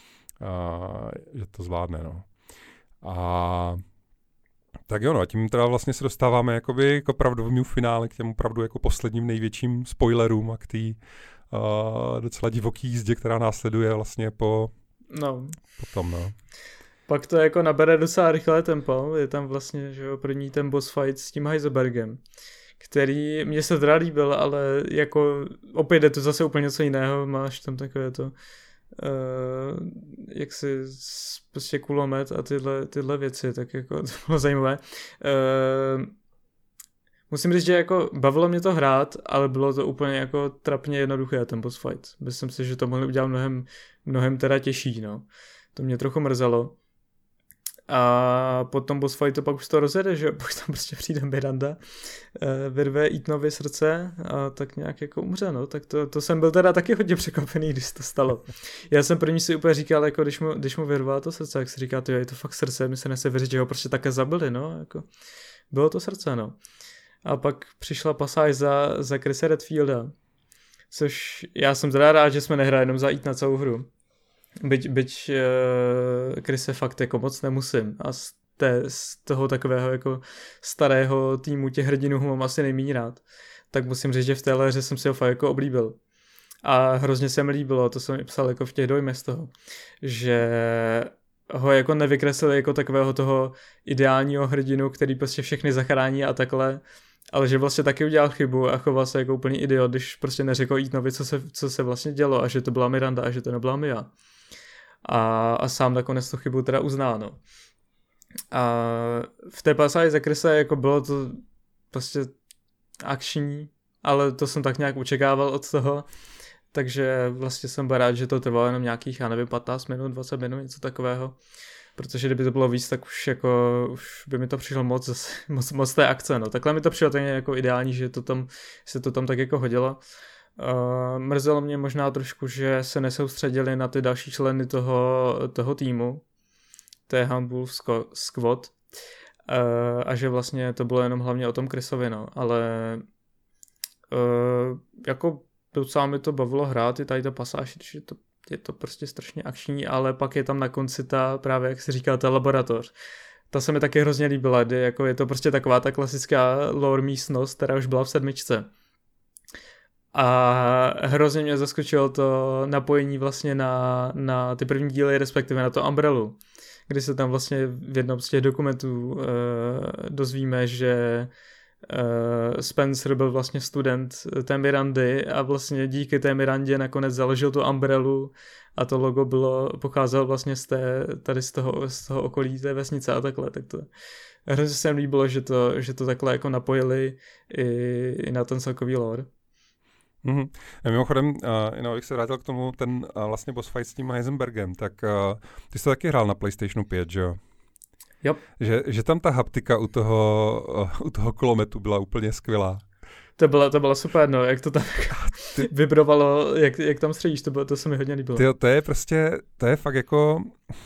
a, že to zvládne, no. A tak jo, no, a tím teda vlastně se dostáváme jakoby k opravdovému finále, k těm opravdu jako posledním největším spoilerům a k té uh, docela divoký jízdě, která následuje vlastně po,
no.
po tom, no.
Pak to jako nabere docela rychlé tempo, je tam vlastně, že jo, první ten boss fight s tím Heisenbergem, který mě se teda líbil, ale jako opět je to zase úplně něco jiného, máš tam takové to, uh, jak si prostě kulomet a tyhle, tyhle věci, tak jako to bylo zajímavé. Uh, musím říct, že jako bavilo mě to hrát, ale bylo to úplně jako trapně jednoduché ten boss fight. Myslím si, že to mohli udělat mnohem, mnohem teda těžší, no. To mě trochu mrzelo. A potom boss fight to pak už to rozjede, že pak tam prostě přijde Miranda, vyrve Etanovi srdce a tak nějak jako umře, no, tak to, to jsem byl teda taky hodně překvapený, když se to stalo. Já jsem první si úplně říkal, jako když mu, když mu vyrvala to srdce, jak si říká, to je to fakt srdce, mi se nese věřit, že ho prostě také zabili, no, jako bylo to srdce, no. A pak přišla pasáž za, za Chrisa Redfielda, což já jsem teda rád, že jsme nehráli jenom za Etana celou hru. Byť, byť uh, Chrise fakt jako moc nemusím a z, té, z toho takového jako starého týmu těch hrdinů mám asi nejméně rád, tak musím říct, že v téhle hře jsem si ho fakt jako oblíbil. A hrozně se mi líbilo, to jsem i psal jako v těch dojmech z toho, že ho jako nevykreslili jako takového toho ideálního hrdinu, který prostě všechny zachrání a takhle, ale že vlastně taky udělal chybu a choval se jako úplný idiot, když prostě neřekl Ethanovi, co se, co se vlastně dělo a že to byla Miranda a že to nebyla Mia. A, a sám nakonec tu chybu teda uzná, no. A v té pasáži ze Krise jako bylo to prostě akční, ale to jsem tak nějak očekával od toho, takže vlastně jsem byl rád, že to trvalo jenom nějakých, já nevím, patnáct minut, dvacet minut, něco takového, protože kdyby to bylo víc, tak už jako, už by mi to přišlo moc, zase, moc, moc té akce, no. Takhle mi to přišlo tak jako ideální, že to tam, se to tam tak jako hodilo. Uh, mrzelo mě možná trošku, že se nesoustředili na ty další členy toho, toho týmu, té Handball Squad, uh, a že vlastně to bylo jenom hlavně o tom Chrisovi, no, ale uh, jako docela mi to bavilo hrát i tady ta pasáž, že to, je to prostě strašně akční, ale pak je tam na konci ta, právě jak se říká, ta laboratoř. Ta se mi taky hrozně líbila, kdy jako je to prostě taková ta klasická lore místnost, která už byla v sedmičce. A hrozně mě zaskočilo to napojení vlastně na, na ty první díly, respektive na to Umbrellu, kdy se tam vlastně v jednom z těch dokumentů uh, dozvíme, že uh, Spencer byl vlastně student té Mirandy a vlastně díky té Mirandě nakonec založil tu Umbrellu a to logo bylo, pocházelo vlastně z té, tady z toho, z toho okolí té vesnice a takhle, tak to hrozně se mi líbilo, že to, že to takhle jako napojili i, i na ten celkový lore.
Mm-hmm. A mimochodem, uh, jenom abych se vrátil k tomu, ten uh, vlastně boss fight s tím Heisenbergem, tak uh, ty jsi to taky hrál na PlayStationu pět, že jo?
Yep.
Že, že tam ta haptika u toho, uh, u toho kulometu byla úplně skvělá.
To bylo, to bylo super, no, jak to tam ty... vibrovalo, jak, jak tam středíš, to, bylo, to se mi hodně líbilo.
Tyjo, to je prostě, to je fakt jako,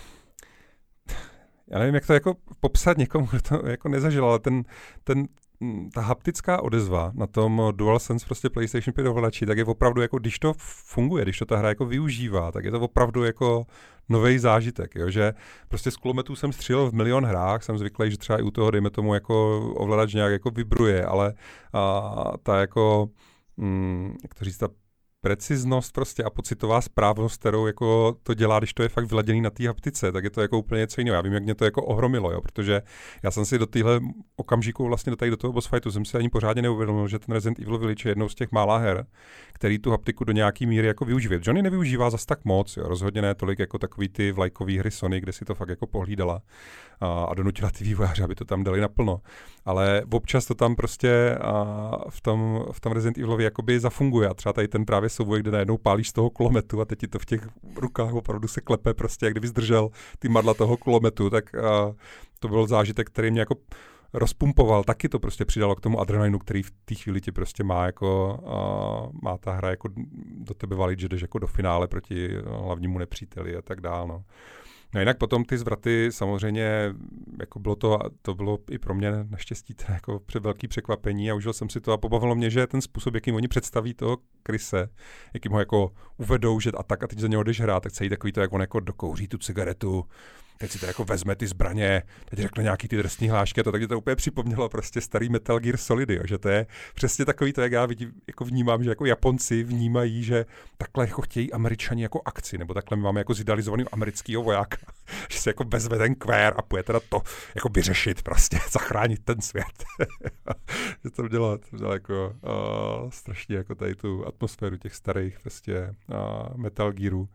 já nevím, jak to jako popsat někomu, kdo to jako nezažil, ale ten, ten ta haptická odezva na tom DualSense prostě PlayStation pět ovladači, tak je opravdu jako, když to funguje, když to ta hra jako využívá, tak je to opravdu jako nový zážitek, jo? Že prostě z kulometů jsem střílel v milion hrách, jsem zvyklý, že třeba i u toho, dejme tomu, jako ovladač nějak jako vibruje, ale a, ta jako, mm, jak to říct, ta preciznost prostě a pocitová správnost, kterou jako to dělá, když to je fakt vyladěný na té haptice, tak je to jako úplně něco jiného. Já vím, jak mě to jako ohromilo, jo, protože já jsem si do téhle okamžiku, vlastně do tady do toho boss fightu, jsem si ani pořádně neuvědomil, že ten Resident Evil Village je jednou z těch mála her, který tu haptiku do nějaký míry jako využívá. Johnny nevyužívá zas tak moc, jo, rozhodně ne tolik jako takový ty vlajkový hry Sony, kde si to fakt jako pohlídala a, a donutila ty vývojáře, aby to tam dali naplno. Ale občas to tam prostě a v tom, v tom Resident Evilovi jakoby zafunguje a třeba tady ten právě souboj, kde najednou pálíš z toho kulometu a teď ti to v těch rukách opravdu se klepe prostě, jak kdyby zdržel ty madla toho kulometu, tak a, to byl zážitek, který mě jako rozpumpoval, taky to prostě přidalo k tomu adrenalinu, který v té chvíli ti prostě má jako, uh, má ta hra jako do tebe valit, že jdeš jako do finále proti hlavnímu nepříteli a tak dál, no. No jinak potom ty zvraty samozřejmě, jako bylo to, to bylo i pro mě naštěstí to jako velký překvapení a užil jsem si to a pobavilo mě, že ten způsob, jakým oni představí toho Chrise, jakým ho jako uvedou, že a tak a teď za něho jdeš hrát, tak celý takový to, jak on jako dokouří tu cigaretu, teď si to jako vezme ty zbraně, teď řekne nějaký ty drsný hlášky a to, takže to úplně připomnělo prostě starý Metal Gear Solid, jo, že to je přesně takový to, jak já vidím, jako vnímám, že jako Japonci vnímají, že takhle jako chtějí Američani jako akci, nebo takhle my máme jako zidealizovaného amerického vojáka, že se jako vezme ten kvér a půjde teda to jako vyřešit prostě, zachránit ten svět. že to dělá, to dělá jako uh, strašně jako tady tu atmosféru těch starých prostě uh, Metal Gearů.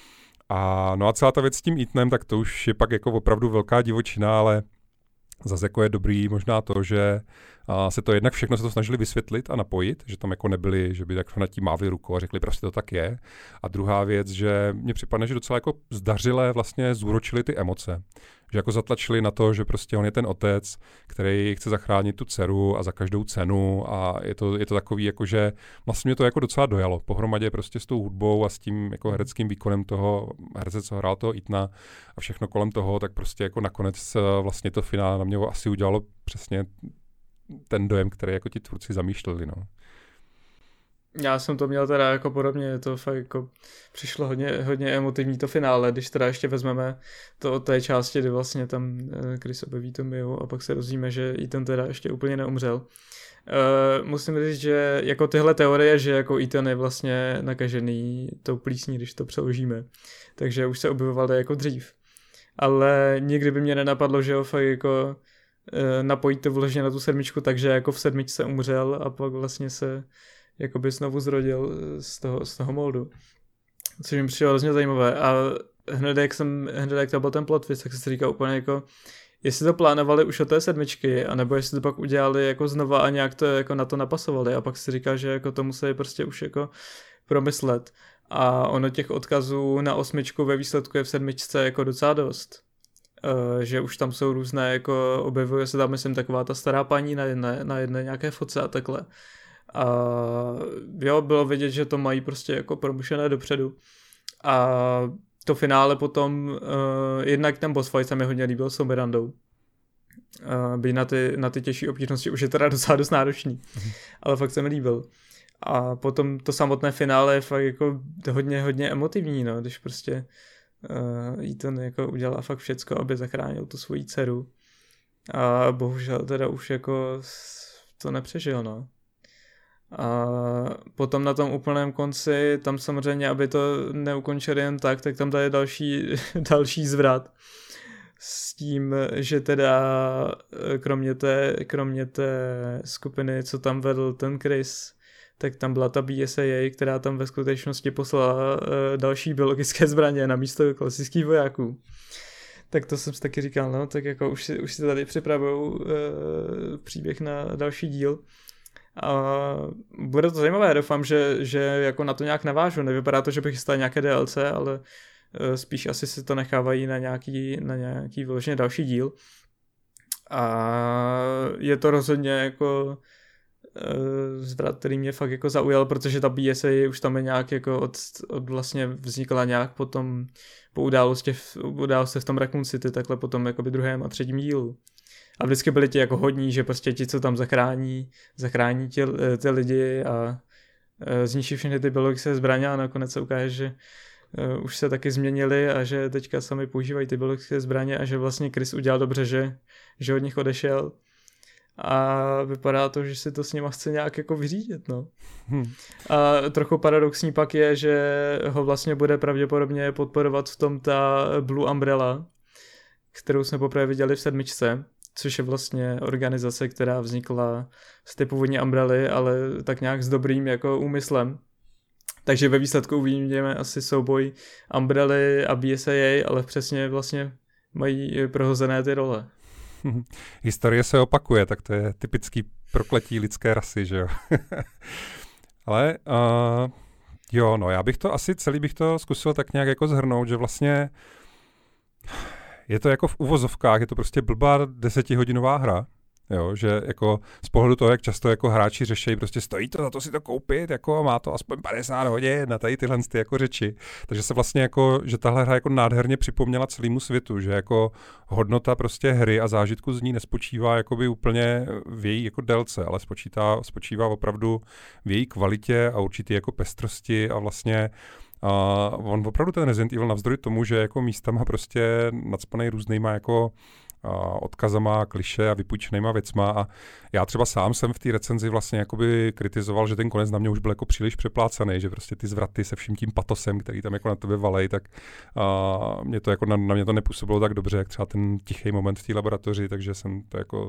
A no a celá ta věc s tím Ethanem, tak to už je pak jako opravdu velká divočina, ale zase jako je dobrý možná to, že a se to jednak všechno se to snažili vysvětlit a napojit, že tam jako nebyli, že by tak nad tím mávli rukou a řekli, prostě to tak je. A druhá věc, že mně připadne, že docela jako zdařile vlastně zúročili ty emoce. Že jako zatlačili na to, že prostě on je ten otec, který chce zachránit tu dceru a za každou cenu a je to, je to takový jako, že vlastně mě to jako docela dojalo. Pohromadě prostě s tou hudbou a s tím jako hereckým výkonem toho herce, co hrál toho Ethana a všechno kolem toho, tak prostě jako nakonec vlastně to finále na mě asi udělalo přesně ten dojem, který jako ti tvůrci zamýšleli, no.
Já jsem to měl teda jako podobně, to fakt jako přišlo hodně, hodně emotivní to finále, když teda ještě vezmeme to od té části, kdy vlastně tam Chris objeví to Miu a pak se dozvíme, že Ethan teda ještě úplně neumřel. Uh, musím říct, že jako tyhle teorie, že jako Ethan je vlastně nakažený tou plísní, když to přeložíme, takže už se objevovaly jako dřív. Ale nikdy by mě nenapadlo, že ho fakt jako napojit to vložně na tu sedmičku, takže jako v sedmičce umřel a pak vlastně se jakoby znovu zrodil z toho, z toho moldu. Což mi přišlo hrozně zajímavé a hned jak jsem, hned jak to byl ten plot twist, tak jsem si říkal úplně jako, jestli to plánovali už od té sedmičky, anebo jestli to pak udělali jako znova a nějak to jako na to napasovali a pak si říká, že jako to museli prostě už jako promyslet. A ono těch odkazů na osmičku ve výsledku je v sedmičce jako docela dost. Uh, že už tam jsou různé, jako objevuje se tam, myslím, taková ta stará paní na jedné, na jedné nějaké fotce a takhle. A jo, bylo vidět, že to mají prostě jako promyšlené dopředu. A to finále potom, uh, jednak ten boss fight se mi hodně líbil s tou Mirandou. Uh, byť na ty, na ty těžší obtížnosti už je teda docela dost náročný. Mm-hmm. Ale fakt se mi líbil. A potom to samotné finále je fakt jako hodně, hodně emotivní, no, když prostě uh, Ethan jako udělá fakt všecko, aby zachránil tu svoji dceru. A bohužel teda už jako to nepřežil, no. A potom na tom úplném konci, tam samozřejmě, aby to neukončili jen tak, tak tam tady je další, další zvrat. S tím, že teda kromě té, kromě té skupiny, co tam vedl ten Chris, tak tam byla ta B S A A, která tam ve skutečnosti poslala uh, další biologické zbraně na místo klasických vojáků. Tak to jsem si taky říkal, no, tak jako už si, už si tady připravujou uh, příběh na další díl. A bude to zajímavé, doufám, že, že jako na to nějak navážu. Nevypadá to, že bych chystal nějaké D L C, ale uh, spíš asi si to nechávají na nějaký, na nějaký vyloženě další díl. A je to rozhodně jako zvrat, který mě fakt jako zaujal, protože ta B S A už tam je nějak jako od, od vlastně vznikla nějak potom po události, události v tom Raccoon City, takhle potom jakoby druhém a třetím dílu. A vždycky byli ti jako hodní, že prostě ti, co tam zachrání, zachrání ti, ty lidi a zničí všechny ty biologické zbraně a nakonec se ukáže, že uh, už se taky změnili a že teďka sami používají ty biologické zbraně a že vlastně Chris udělal dobře, že, že od nich odešel. A vypadá to, že si to s nima chce nějak jako vyřídit, no. Hmm. A trochu paradoxní pak je, že ho vlastně bude pravděpodobně podporovat v tom ta Blue Umbrella, kterou jsme poprvé viděli v sedmičce, což je vlastně organizace, která vznikla z té původní Umbrelly, ale tak nějak s dobrým jako úmyslem. Takže ve výsledku uvidíme asi souboj Umbrelly a B S A A, ale přesně vlastně mají prohozené ty role.
Historie se opakuje, tak to je typický prokletí lidské rasy, že jo. Ale uh, jo, no já bych to asi celý bych to zkusil tak nějak jako zhrnout, že vlastně je to jako v uvozovkách, je to prostě blbá desetihodinová hra, jo, že jako z pohledu toho, jak často jako hráči řeší, prostě stojí to za to si to koupit, jako má to aspoň padesát hodin na tady tyhle ty jako řeči. Takže se vlastně jako, že tahle hra jako nádherně připomněla celému světu, že jako hodnota prostě hry a zážitku z ní nespočívá jakoby úplně v její jako délce, ale spočítá, spočívá opravdu v její kvalitě a určitý jako pestrosti a vlastně a on opravdu ten Resident Evil navzdory tomu, že jako místama prostě nacpanej různýma jako a odkazama, kliše a vypůjčenýma věcma a já třeba sám jsem v té recenzi vlastně jakoby kritizoval, že ten konec na mě už byl jako příliš přeplácaný, že prostě ty zvraty se vším tím patosem, který tam jako na tebe valej, tak a mě to jako na, na mě to nepůsobilo tak dobře, jak třeba ten tichý moment v té laboratoři, takže jsem to jako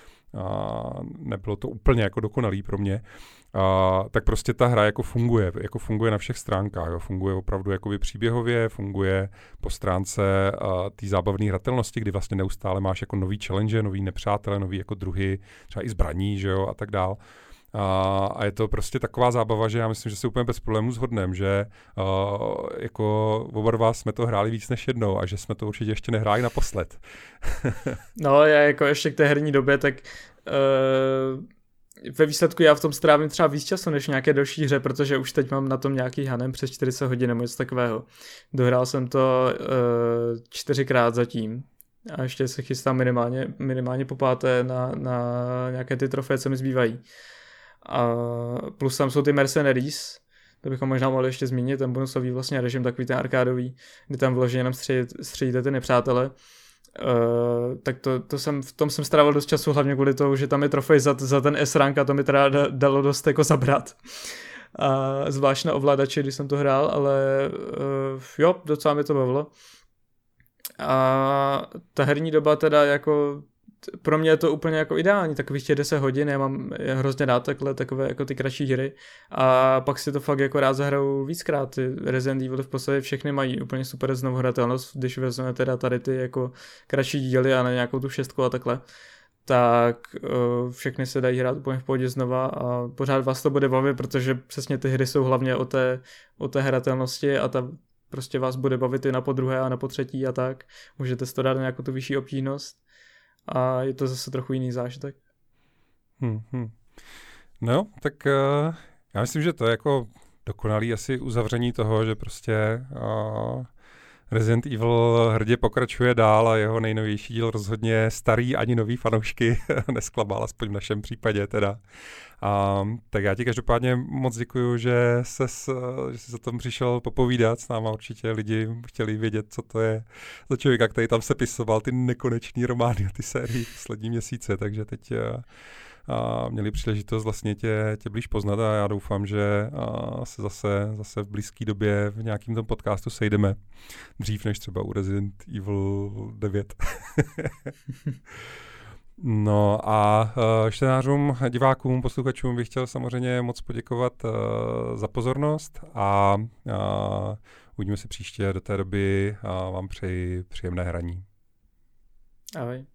a nebylo to úplně jako dokonalý pro mě. A, tak prostě ta hra jako funguje, jako funguje na všech stránkách, jo. Funguje opravdu jakoby příběhově, funguje po stránce té zábavné hratelnosti, kdy vlastně neustále máš jako nový challenge, nový nepřátele, nový jako druhy, třeba i zbraní, že jo, a tak dál. A, a je to prostě taková zábava, že já myslím, že se úplně bez problémů shodneme, že uh, jako oba dva jsme to hráli víc než jednou a že jsme to určitě ještě nehráli naposled.
No já jako ještě k té herní době, tak uh, ve výsledku já v tom strávím třeba víc času než nějaké další hře, protože už teď mám na tom nějaký hanem přes čtyřicet hodin nebo něco takového. Dohrál jsem to uh, čtyřikrát zatím a ještě se chystám minimálně, minimálně po páté na, na nějaké ty trofeje, co mi zbývají. A plus tam jsou ty Mercenaries, to bychom možná mohli ještě zmínit, ten bonusový vlastně režim, takový ten arkádový, kdy tam vloženě jenom střelíte ty nepřátele. Uh, tak to, to jsem, v tom jsem strávil dost času, hlavně kvůli tomu, že tam je trofej za, za ten S-rank a to mi teda dalo dost jako zabrat. A zvlášť na ovladači, když jsem to hrál, ale uh, jo, docela mi to bavilo. A ta herní doba teda jako pro mě je to úplně jako ideální, takových těch deset hodin, já mám hrozně rád takhle, takové jako ty kratší hry a pak si to fakt jako rád zahraju víckrát, ty Resident Evil v podstatě všechny mají úplně super znovuhratelnost, když vezmeme teda tady ty jako kratší díly a na nějakou tu šestku a takhle, tak uh, všechny se dají hrát úplně v pohodě znova a pořád vás to bude bavit, protože přesně ty hry jsou hlavně o té, o té hratelnosti a ta prostě vás bude bavit i na podruhé a na potřetí a tak, můžete si to dát na nějakou tu vyšší obtížnost a je to zase trochu jiný zážitek.
Hmm, hmm. No, tak uh, já myslím, že to je jako dokonalý asi uzavření toho, že prostě uh, Resident Evil hrdě pokračuje dál a jeho nejnovější díl rozhodně starý ani nový fanoušky nesklamal, aspoň v našem případě teda. A, tak já ti každopádně moc děkuju, že ses, že jsi o tom přišel popovídat s náma. Určitě lidi chtěli vědět, co to je za člověka, který tam sepisoval ty nekonečný romány a ty série poslední měsíce, takže teď a měli příležitost vlastně tě, tě blíž poznat a já doufám, že se zase, zase v blízké době v nějakým tom podcastu sejdeme. Dřív než třeba u Resident Evil devět. No a uh, čtenářům, divákům, posluchačům bych chtěl samozřejmě moc poděkovat uh, za pozornost a uh, uvidíme se příště. Do té doby uh, vám přeji příjemné hraní.
Ahoj.